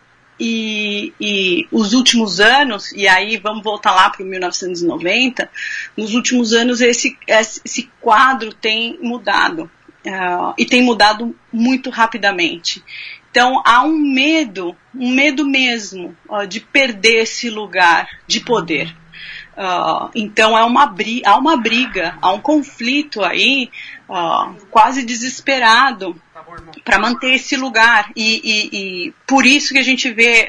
E os últimos anos, e aí vamos voltar lá para o 1990, nos últimos anos esse quadro tem mudado. E tem mudado muito rapidamente. Então há um medo mesmo de perder esse lugar de poder. Então há uma briga, há um conflito aí quase desesperado para manter esse lugar. E por isso que a gente vê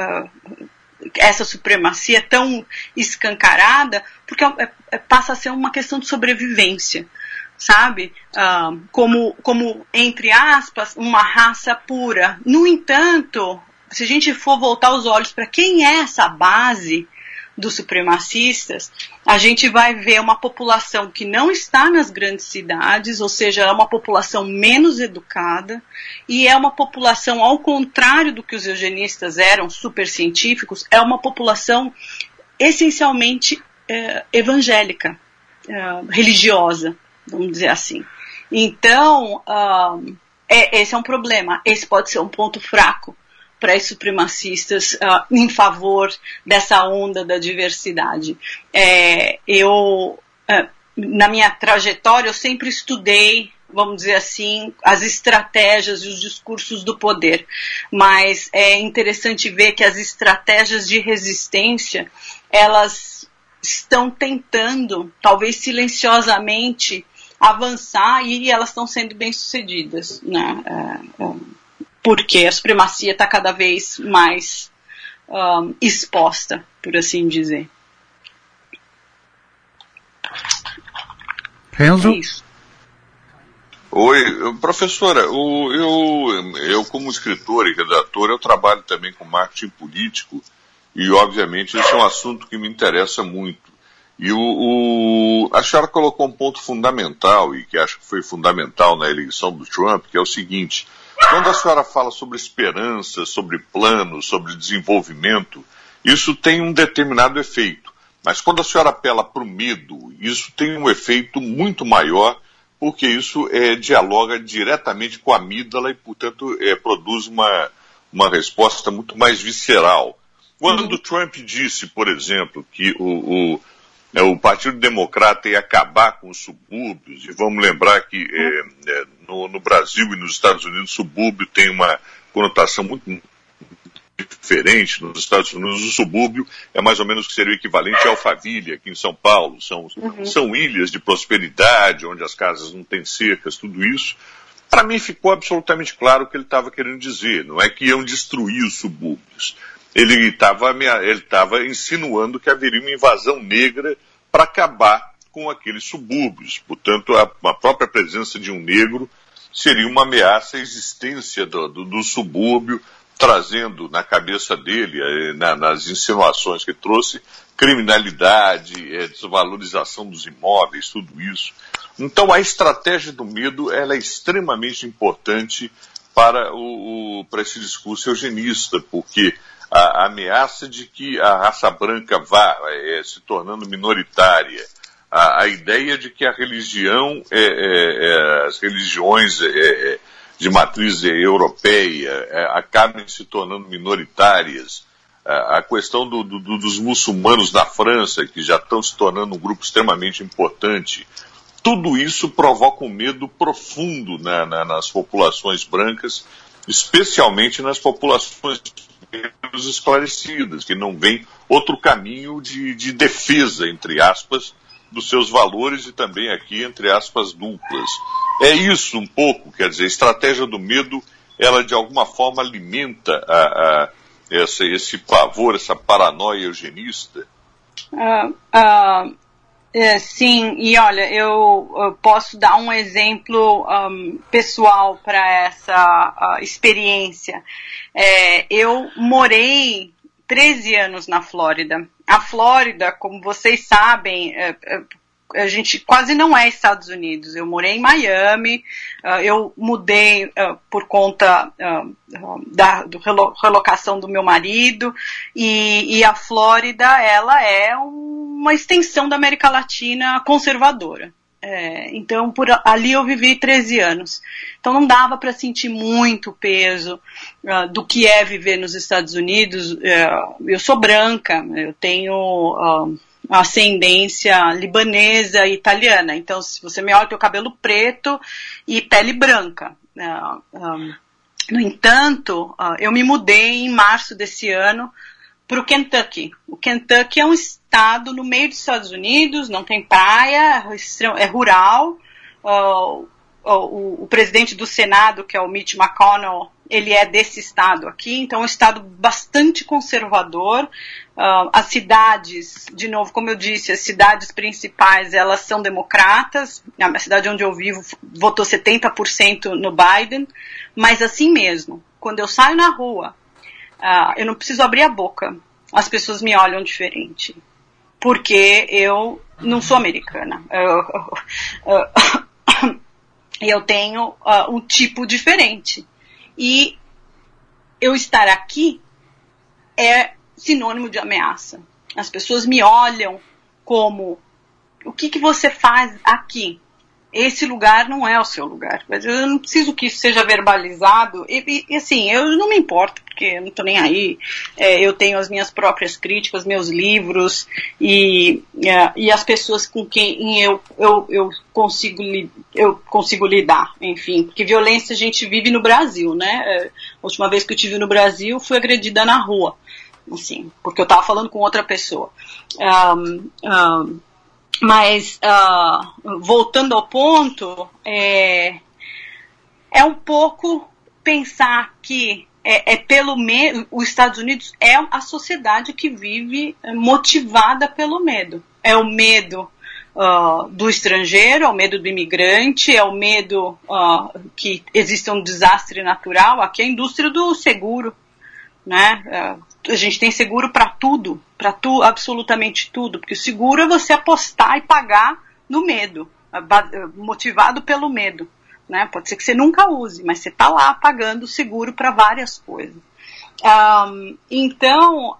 essa supremacia tão escancarada, porque passa a ser uma questão de sobrevivência. Sabe, como, entre aspas, uma raça pura. No entanto, se a gente for voltar os olhos para quem é essa base dos supremacistas, a gente vai ver uma população que não está nas grandes cidades, ou seja, é uma população menos educada, e é uma população, ao contrário do que os eugenistas eram, super científicos, é uma população essencialmente evangélica, religiosa, vamos dizer assim. Então, esse é um problema. Esse pode ser um ponto fraco para os supremacistas em favor dessa onda da diversidade. Na minha trajetória, eu sempre estudei, vamos dizer assim, as estratégias e os discursos do poder. Mas é interessante ver que as estratégias de resistência, elas estão tentando, talvez silenciosamente, avançar, e elas estão sendo bem-sucedidas, né? Porque a supremacia está cada vez mais exposta, por assim dizer. Renzo? É isso. Oi, professora, eu como escritor e redator, eu trabalho também com marketing político e, obviamente, esse é um assunto que me interessa muito. E a senhora colocou um ponto fundamental, e que acho que foi fundamental na eleição do Trump, que é o seguinte: quando a senhora fala sobre esperança, sobre planos, sobre desenvolvimento, isso tem um determinado efeito. Mas quando a senhora apela para o medo, isso tem um efeito muito maior, porque isso dialoga diretamente com a amígdala e, portanto, produz uma resposta muito mais visceral. Quando o Trump disse, por exemplo, que o Partido Democrata ia acabar com os subúrbios, e vamos lembrar que no Brasil e nos Estados Unidos, subúrbio tem uma conotação muito diferente. Nos Estados Unidos, o subúrbio é mais ou menos o que seria o equivalente à Alphaville, aqui em São Paulo. São ilhas de prosperidade, onde as casas não têm cercas, tudo isso. Para mim ficou absolutamente claro o que ele estava querendo dizer. Não é que iam destruir os subúrbios. Ele estava insinuando que haveria uma invasão negra para acabar com aqueles subúrbios. Portanto, a própria presença de um negro seria uma ameaça à existência do subúrbio, trazendo na cabeça dele, nas insinuações que trouxe, criminalidade, desvalorização dos imóveis, tudo isso. Então, a estratégia do medo ela é extremamente importante para esse discurso eugenista, porque a ameaça de que a raça branca vá se tornando minoritária, a ideia de que a religião, as religiões de matriz europeia acabem se tornando minoritárias, a questão dos muçulmanos da França, que já estão se tornando um grupo extremamente importante, tudo isso provoca um medo profundo nas populações brancas, especialmente nas populações menos esclarecidas, que não veem outro caminho de defesa, entre aspas, dos seus valores e também aqui, entre aspas, duplas. É isso um pouco, quer dizer, a estratégia do medo, ela de alguma forma alimenta esse pavor, essa paranoia eugenista? Sim, e olha, eu posso dar um exemplo pessoal para essa experiência. Eu morei 13 anos na Flórida. A Flórida, como vocês sabem, a gente quase não é Estados Unidos. Eu morei em Miami, eu mudei por conta da relocação do meu marido, e a Flórida, ela é uma extensão da América Latina conservadora. Então, ali eu vivi 13 anos. Então, não dava para sentir muito peso do que é viver nos Estados Unidos. Eu sou branca, eu tenho ascendência libanesa e italiana. Então, se você me olha, eu tenho cabelo preto e pele branca. No entanto, eu me mudei em março desse ano para o Kentucky. O Kentucky é um estado no meio dos Estados Unidos, não tem praia, é rural. O presidente do Senado, que é o Mitch McConnell, ele é desse estado aqui, então é um estado bastante conservador. As cidades, de novo, como eu disse, as cidades principais, elas são democratas. A cidade onde eu vivo votou 70% no Biden, mas assim mesmo, quando eu saio na rua, eu não preciso abrir a boca, as pessoas me olham diferente, porque eu não sou americana. Eu tenho um tipo diferente. E eu estar aqui é sinônimo de ameaça. As pessoas me olham como: o que você faz aqui? Esse lugar não é o seu lugar. Mas eu não preciso que isso seja verbalizado. E assim, eu não me importo, porque eu não estou nem aí. Eu tenho as minhas próprias críticas, meus livros, e as pessoas com quem eu consigo lidar, enfim. Porque violência a gente vive no Brasil, né? A última vez que eu estive no Brasil, fui agredida na rua. assim, porque eu estava falando com outra pessoa. Mas, voltando ao ponto, é um pouco pensar que pelo medo, os Estados Unidos é a sociedade que vive motivada pelo medo. É o medo do estrangeiro, é o medo do imigrante, é o medo que exista um desastre natural. Aqui é a indústria do seguro, né? A gente tem seguro para tudo, absolutamente tudo, porque o seguro é você apostar e pagar no medo, motivado pelo medo. Né? Pode ser que você nunca use, mas você está lá pagando seguro para várias coisas. Então,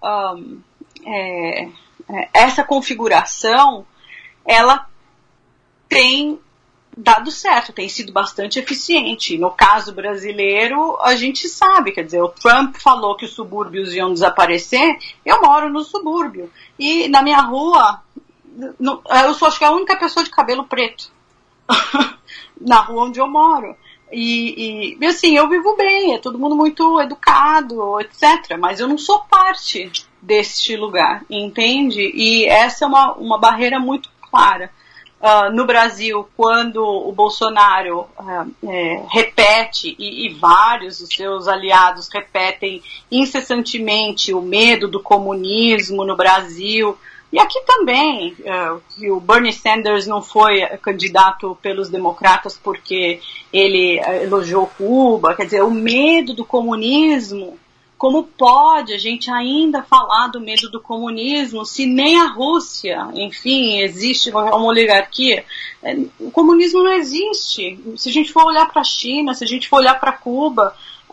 essa configuração, ela tem dado certo, tem sido bastante eficiente. No caso brasileiro, a gente sabe, quer dizer, o Trump falou que os subúrbios iam desaparecer, eu moro no subúrbio, e na minha rua, eu sou, acho que a única pessoa de cabelo preto. Na rua onde eu moro. E assim, eu vivo bem, é todo mundo muito educado, etc. Mas eu não sou parte deste lugar, entende? E essa é uma barreira muito clara. No Brasil, quando o Bolsonaro repete, e vários dos seus aliados repetem incessantemente o medo do comunismo no Brasil, e aqui também, que o Bernie Sanders não foi candidato pelos democratas porque ele elogiou Cuba, quer dizer, o medo do comunismo, como pode a gente ainda falar do medo do comunismo se nem a Rússia, enfim, existe uma oligarquia? O comunismo não existe. Se a gente for olhar para a China, se a gente for olhar para Cuba,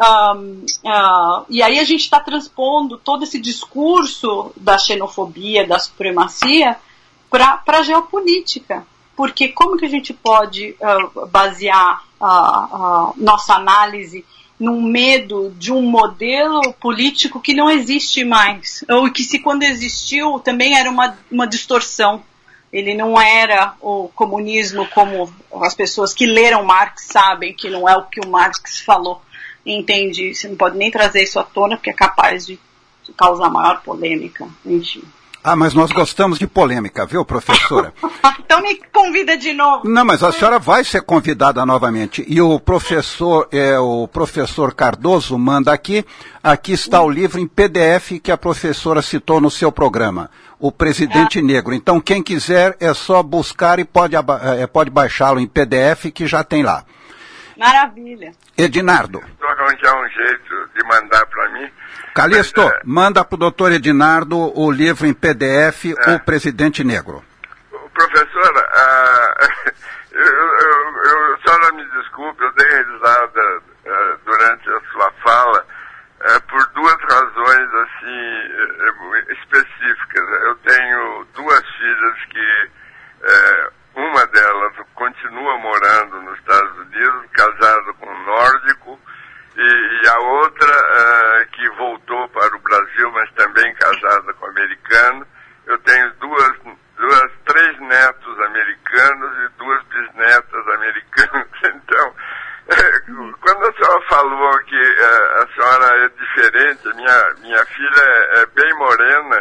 e aí a gente está transpondo todo esse discurso da xenofobia, da supremacia para a geopolítica, porque como que a gente pode basear nossa análise num medo de um modelo político que não existe mais, ou que se quando existiu também era uma distorção, ele não era o comunismo como as pessoas que leram Marx sabem que não é o que o Marx falou. Entende? Você não pode nem trazer isso à tona, porque é capaz de causar maior polêmica, enfim. Mas nós gostamos de polêmica, viu, professora? Então me convida de novo. Não, mas a senhora vai ser convidada novamente. E o professor Cardoso manda aqui está o livro em PDF que a professora citou no seu programa, O Presidente Negro. Então, quem quiser é só buscar e pode baixá-lo em PDF que já tem lá. Maravilha. Edinardo. Vou arranjar um jeito de mandar para mim. Calixto, manda para o doutor Edinardo o livro em PDF, O Presidente Negro. Professora, eu só me desculpe, eu dei risada durante a sua fala por duas razões assim específicas. Eu tenho duas filhas que uma delas continua morando nos Estados Unidos, casada com um nórdico, e a outra que voltou para o Brasil, mas também casada com um americano. Eu tenho três netos americanos e duas bisnetas americanas. Então, quando a senhora falou que a senhora é diferente, minha filha é bem morena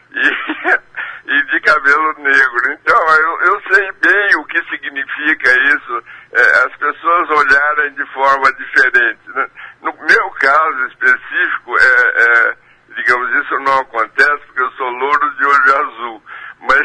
e de cabelo negro. Então, eu sei bem o que significa isso, as pessoas olharem de forma diferente. No meu caso específico, digamos, isso não acontece porque eu sou louro de olho azul. Mas,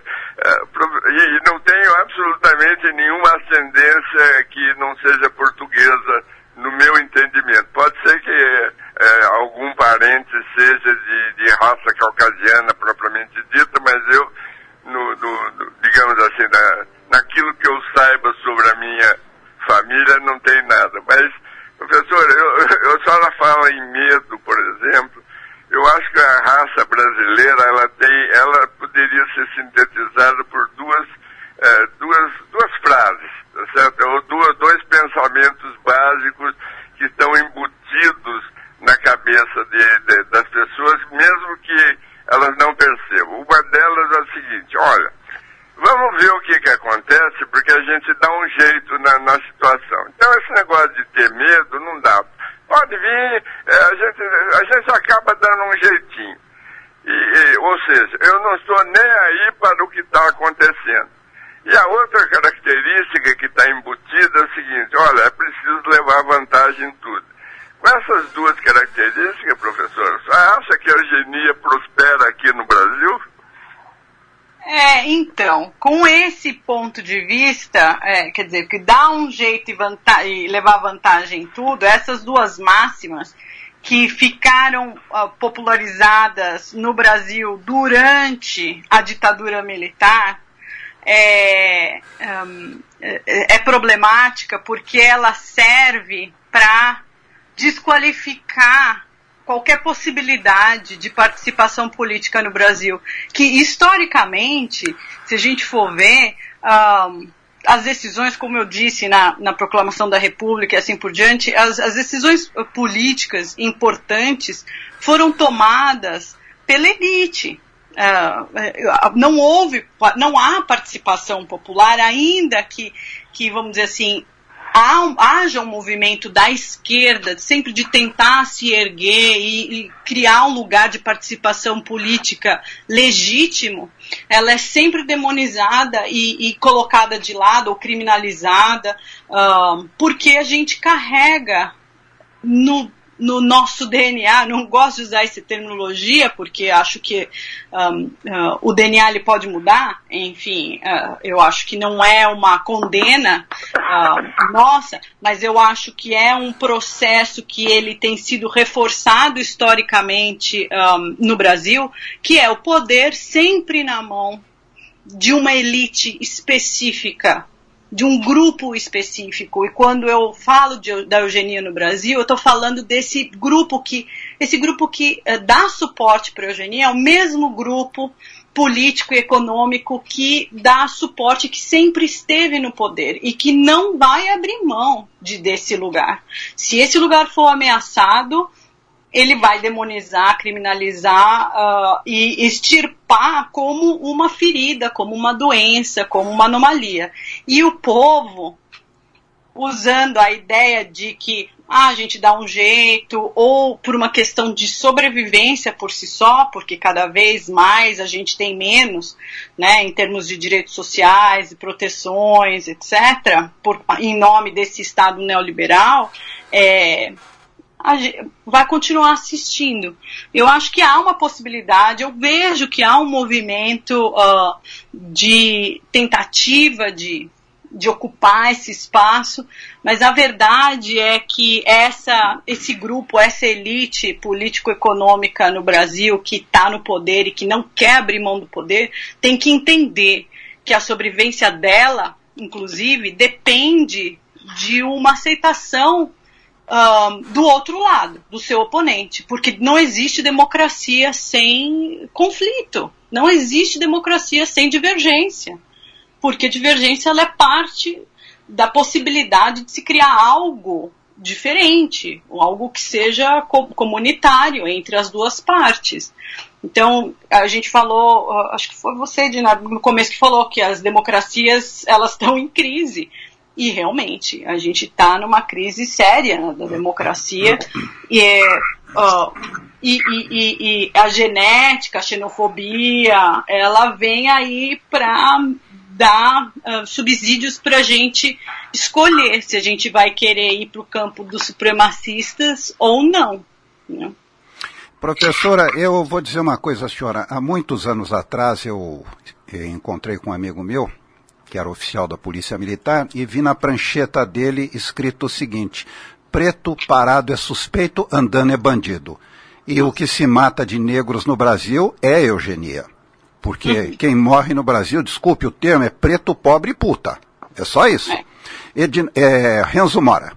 e não tenho absolutamente nenhuma ascendência que não seja portuguesa, no meu entendimento. Pode ser que algum parente seja de raça caucasiana propriamente dita, mas eu, digamos assim, naquilo que eu saiba sobre a minha família, não tem nada. Mas, professor, a senhora fala em medo, por exemplo. Eu acho que a raça brasileira, ela poderia ser sintetizada por duas frases, tá certo? Ou dois pensamentos básicos que estão embutidos na cabeça das pessoas, mesmo que elas não percebam. Uma delas é a seguinte: olha, vamos ver o que acontece, porque a gente dá um jeito na situação. Então, esse negócio de ter medo não dá. Pode vir, a gente acaba dando um jeitinho. Ou seja, eu não estou nem aí para o que está acontecendo. E a outra característica que está embutida é o seguinte: olha, é preciso levar vantagem em tudo. Com essas duas características, professor, você acha que a eugenia prospera aqui no Brasil? Então, com esse ponto de vista, quer dizer, que dá um jeito e levar vantagem em tudo, essas duas máximas que ficaram popularizadas no Brasil durante a ditadura militar, é problemática porque ela serve para desqualificar qualquer possibilidade de participação política no Brasil, que historicamente, se a gente for ver, as decisões, como eu disse na Proclamação da República e assim por diante, as decisões políticas importantes foram tomadas pela elite. Não há participação popular, ainda que vamos dizer assim, haja um movimento da esquerda sempre de tentar se erguer e criar um lugar de participação política legítimo. Ela é sempre demonizada e colocada de lado ou criminalizada, porque a gente carrega no nosso DNA, não gosto de usar essa terminologia, porque acho que o DNA ele pode mudar, enfim, eu acho que não é uma condena nossa, mas eu acho que é um processo que ele tem sido reforçado historicamente no Brasil, que é o poder sempre na mão de uma elite específica, de um grupo específico. E quando eu falo da eugenia no Brasil, eu estou falando desse grupo que dá suporte para a eugenia, é o mesmo grupo político e econômico que dá suporte, que sempre esteve no poder e que não vai abrir mão desse lugar. Se esse lugar for ameaçado, ele vai demonizar, criminalizar e extirpar como uma ferida, como uma doença, como uma anomalia. E o povo, usando a ideia de que a gente dá um jeito, ou por uma questão de sobrevivência por si só, porque cada vez mais a gente tem menos, né, em termos de direitos sociais e proteções, etc., em nome desse Estado neoliberal, vai continuar assistindo. Eu acho que há uma possibilidade, eu vejo que há um movimento de tentativa de ocupar esse espaço, mas a verdade é que esse grupo, essa elite político-econômica no Brasil que está no poder e que não quer abrir mão do poder, tem que entender que a sobrevivência dela, inclusive, depende de uma aceitação do outro lado, do seu oponente, porque não existe democracia sem conflito, não existe democracia sem divergência, porque divergência ela é parte da possibilidade de se criar algo diferente, algo que seja comunitário entre as duas partes. Então, a gente falou, acho que foi você, Dina, no começo que falou que as democracias elas estão em crise. E realmente, a gente está numa crise séria, né, da democracia, e a genética, a xenofobia, ela vem aí para dar subsídios para a gente escolher se a gente vai querer ir para o campo dos supremacistas ou não, né? Professora, eu vou dizer uma coisa, senhora. Há muitos anos atrás eu encontrei com um amigo meu, que era oficial da Polícia Militar, e vi na prancheta dele escrito o seguinte: preto parado é suspeito, andando é bandido. E o que se mata de negros no Brasil é eugenia. Porque quem morre no Brasil, desculpe o termo, é preto, pobre e puta. É só isso. Renzo Mora.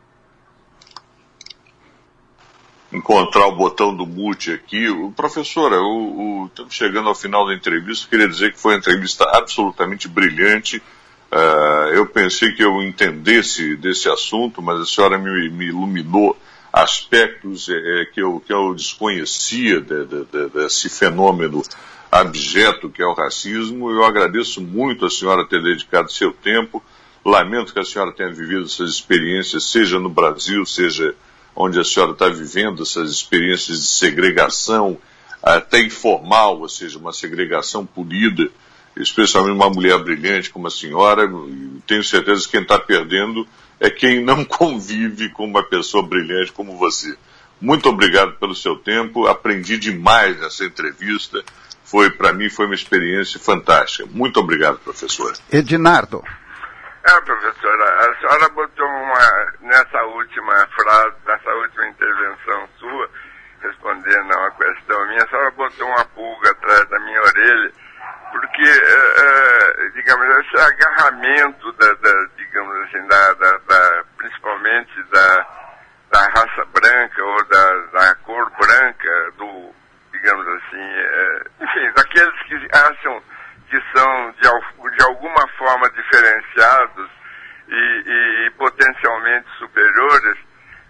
Encontrar o botão do mute aqui. Professora, estamos chegando ao final da entrevista. Queria dizer que foi uma entrevista absolutamente brilhante. Eu pensei que eu entendesse desse assunto, mas a senhora me iluminou aspectos que eu desconhecia desse fenômeno abjeto que é o racismo. Eu agradeço muito a senhora ter dedicado seu tempo. Lamento que a senhora tenha vivido essas experiências, seja no Brasil, seja onde a senhora está vivendo essas experiências de segregação até informal, ou seja, uma segregação polida, especialmente uma mulher brilhante como a senhora. E tenho certeza que quem está perdendo é quem não convive com uma pessoa brilhante como você. Muito obrigado pelo seu tempo, aprendi demais nessa entrevista, para mim foi uma experiência fantástica. Muito obrigado, professora. Edinardo. Professora, a senhora botou nessa última frase, nessa última intervenção sua, respondendo a uma questão minha, a senhora botou uma pulga atrás da minha orelha, porque, digamos, esse agarramento digamos assim, principalmente da raça branca ou da cor branca, digamos assim, enfim, daqueles que acham que são de alguma forma diferenciados e potencialmente superiores,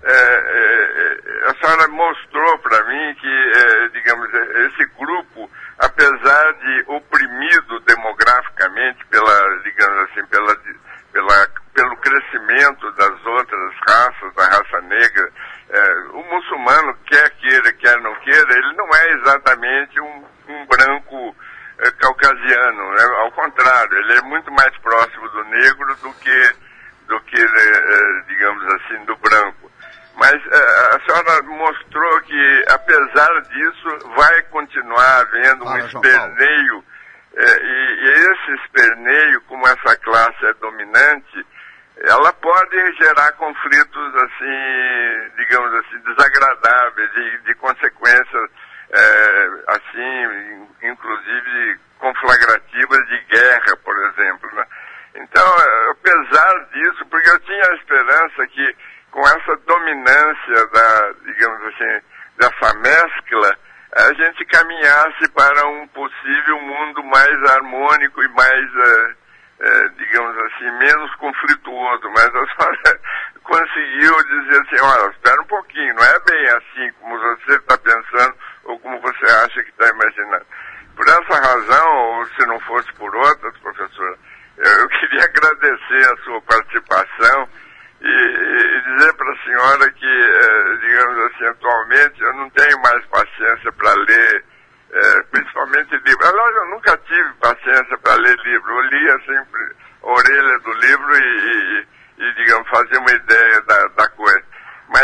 a senhora mostrou para mim que, digamos, esse grupo, apesar de oprimido demograficamente digamos assim, pelo crescimento das outras raças, da raça negra, o muçulmano, quer queira, quer não queira, ele não é exatamente um branco caucasiano, né? Ao contrário, ele é muito mais próximo do negro do que digamos assim, do branco. Mas a senhora mostrou que, apesar disso, vai continuar havendo um esperneio, e esse esperneio, como essa classe é dominante, ela pode gerar conflitos, assim, digamos assim, desagradáveis, de consequências, assim, inclusive conflagrativas de guerra, por exemplo, né? Então, apesar disso, porque eu tinha a esperança que, com essa dominância digamos assim, dessa mescla, a gente caminhasse para um possível mundo mais harmônico e mais, digamos assim, menos conflituoso. Mas a senhora conseguiu dizer assim, olha, espera um pouquinho, não é bem assim como você está pensando ou como você acha que está imaginando. Por essa razão, ou se não fosse por outras, professora, eu queria agradecer a sua participação e dizer para a senhora que, digamos assim, atualmente eu não tenho mais paciência para ler, principalmente livro. Aliás, eu nunca tive paciência para ler livro. Eu lia sempre a orelha do livro e digamos, fazia uma ideia da coisa. Mas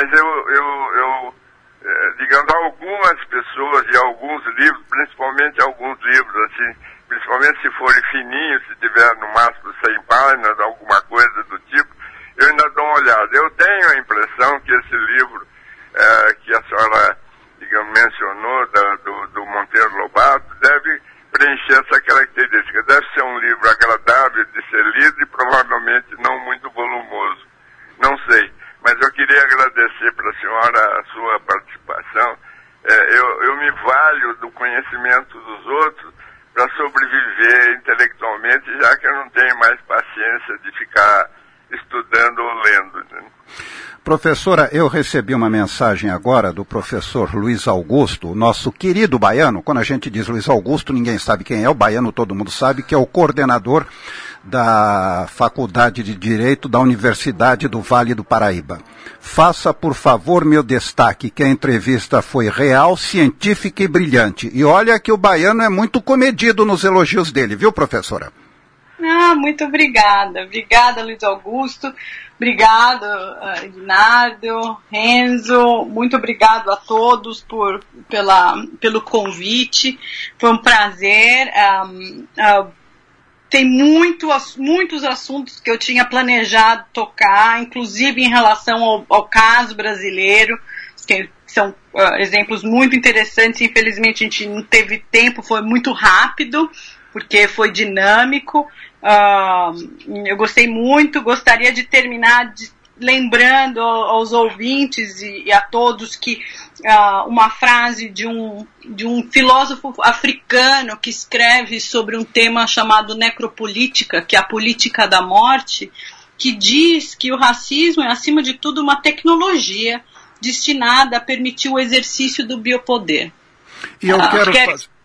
digamos, algumas pessoas e alguns livros, principalmente alguns livros, assim, principalmente se forem fininhos, se tiver no máximo 100 páginas, alguma coisa do tipo, eu ainda dou uma olhada. Eu tenho a impressão que esse livro que a senhora, digamos, mencionou, do Monteiro Lobato, deve preencher essa característica. Deve ser um livro agradável de ser lido e provavelmente não muito volumoso. Não sei. Mas eu queria agradecer para a senhora a sua participação. Eu me valho do conhecimento dos outros para sobreviver intelectualmente, já que eu não tenho mais paciência de ficar estudando ou lendo, né? Professora, eu recebi uma mensagem agora do professor Luiz Augusto, o nosso querido baiano. Quando a gente diz Luiz Augusto, ninguém sabe quem é, o baiano todo mundo sabe, que é o coordenador da Faculdade de Direito da Universidade do Vale do Paraíba. Faça, por favor, meu destaque, que a entrevista foi real, científica e brilhante. E olha que o baiano é muito comedido nos elogios dele, viu, professora? Muito obrigada. Obrigada, Luiz Augusto. Obrigado, Edinardo, Renzo. Muito obrigado a todos pelo convite. Foi um prazer. Tem muitos assuntos que eu tinha planejado tocar, inclusive em relação ao caso brasileiro, que são exemplos muito interessantes. Infelizmente a gente não teve tempo, foi muito rápido, porque foi dinâmico. Eu gostei muito, gostaria de terminar lembrando aos ouvintes e a todos que uma frase de um filósofo africano que escreve sobre um tema chamado necropolítica, que é a política da morte, que diz que o racismo é, acima de tudo, uma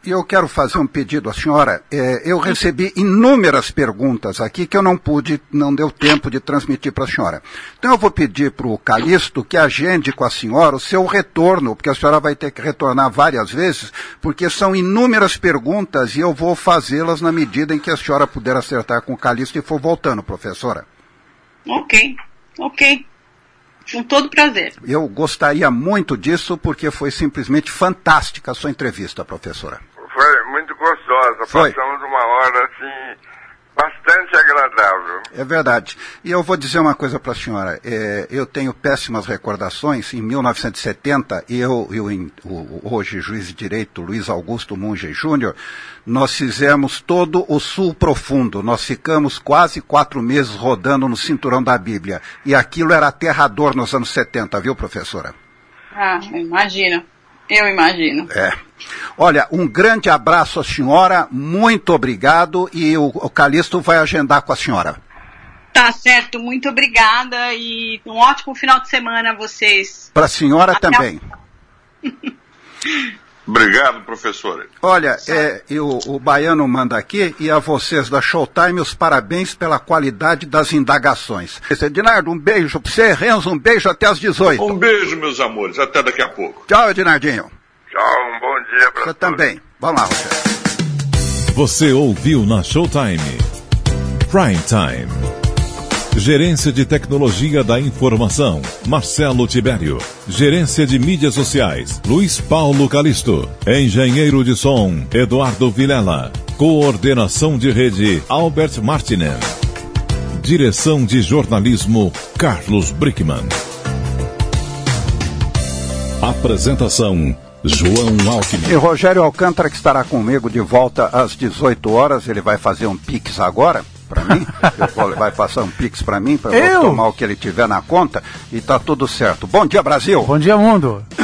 eu quero fazer um pedido à senhora. Eu recebi inúmeras perguntas aqui que eu não deu tempo de transmitir para a senhora. Então eu vou pedir para o Calixto que agende com a senhora o seu retorno, porque a senhora vai ter que retornar várias vezes, porque são inúmeras perguntas e eu vou fazê-las na medida em que a senhora puder acertar com o Calixto e for voltando, professora. Ok. Com todo prazer. Eu gostaria muito disso, porque foi simplesmente fantástica a sua entrevista, professora. Foi muito gostosa. Foi. Passamos uma hora, assim, bastante agradável. É verdade. E eu vou dizer uma coisa para a senhora. Eu tenho péssimas recordações. Em 1970, hoje juiz de direito Luiz Augusto Munge Júnior, nós fizemos todo o Sul Profundo. Nós ficamos quase 4 meses rodando no cinturão da Bíblia. E aquilo era aterrador nos anos 70, viu, professora? Eu imagino. Olha, um grande abraço à senhora, muito obrigado, e o Calixto vai agendar com a senhora. Tá certo, muito obrigada e um ótimo final de semana a vocês. Para a senhora também. Obrigado, professora. Olha, o Baiano manda aqui, e a vocês da Showtime os parabéns pela qualidade das indagações. Edinardo, um beijo para você. Renzo, um beijo até às 18. Um beijo, meus amores. Até daqui a pouco. Tchau, Edinardinho. Tchau, um bom dia para você também. Vamos lá, Rogério. Você ouviu na Showtime. Prime Time. Gerência de Tecnologia da Informação, Marcelo Tibério. Gerência de Mídias Sociais, Luiz Paulo Calixto. Engenheiro de som, Eduardo Vilela. Coordenação de rede, Albert Martinen. Direção de jornalismo, Carlos Brickman. Apresentação, João Alckmin. E Rogério Alcântara, que estará comigo de volta às 18 horas, ele vai fazer um Pix agora. Para mim, vai passar um Pix para mim, para eu tomar o que ele tiver na conta, e tá tudo certo. Bom dia, Brasil. Bom dia, mundo.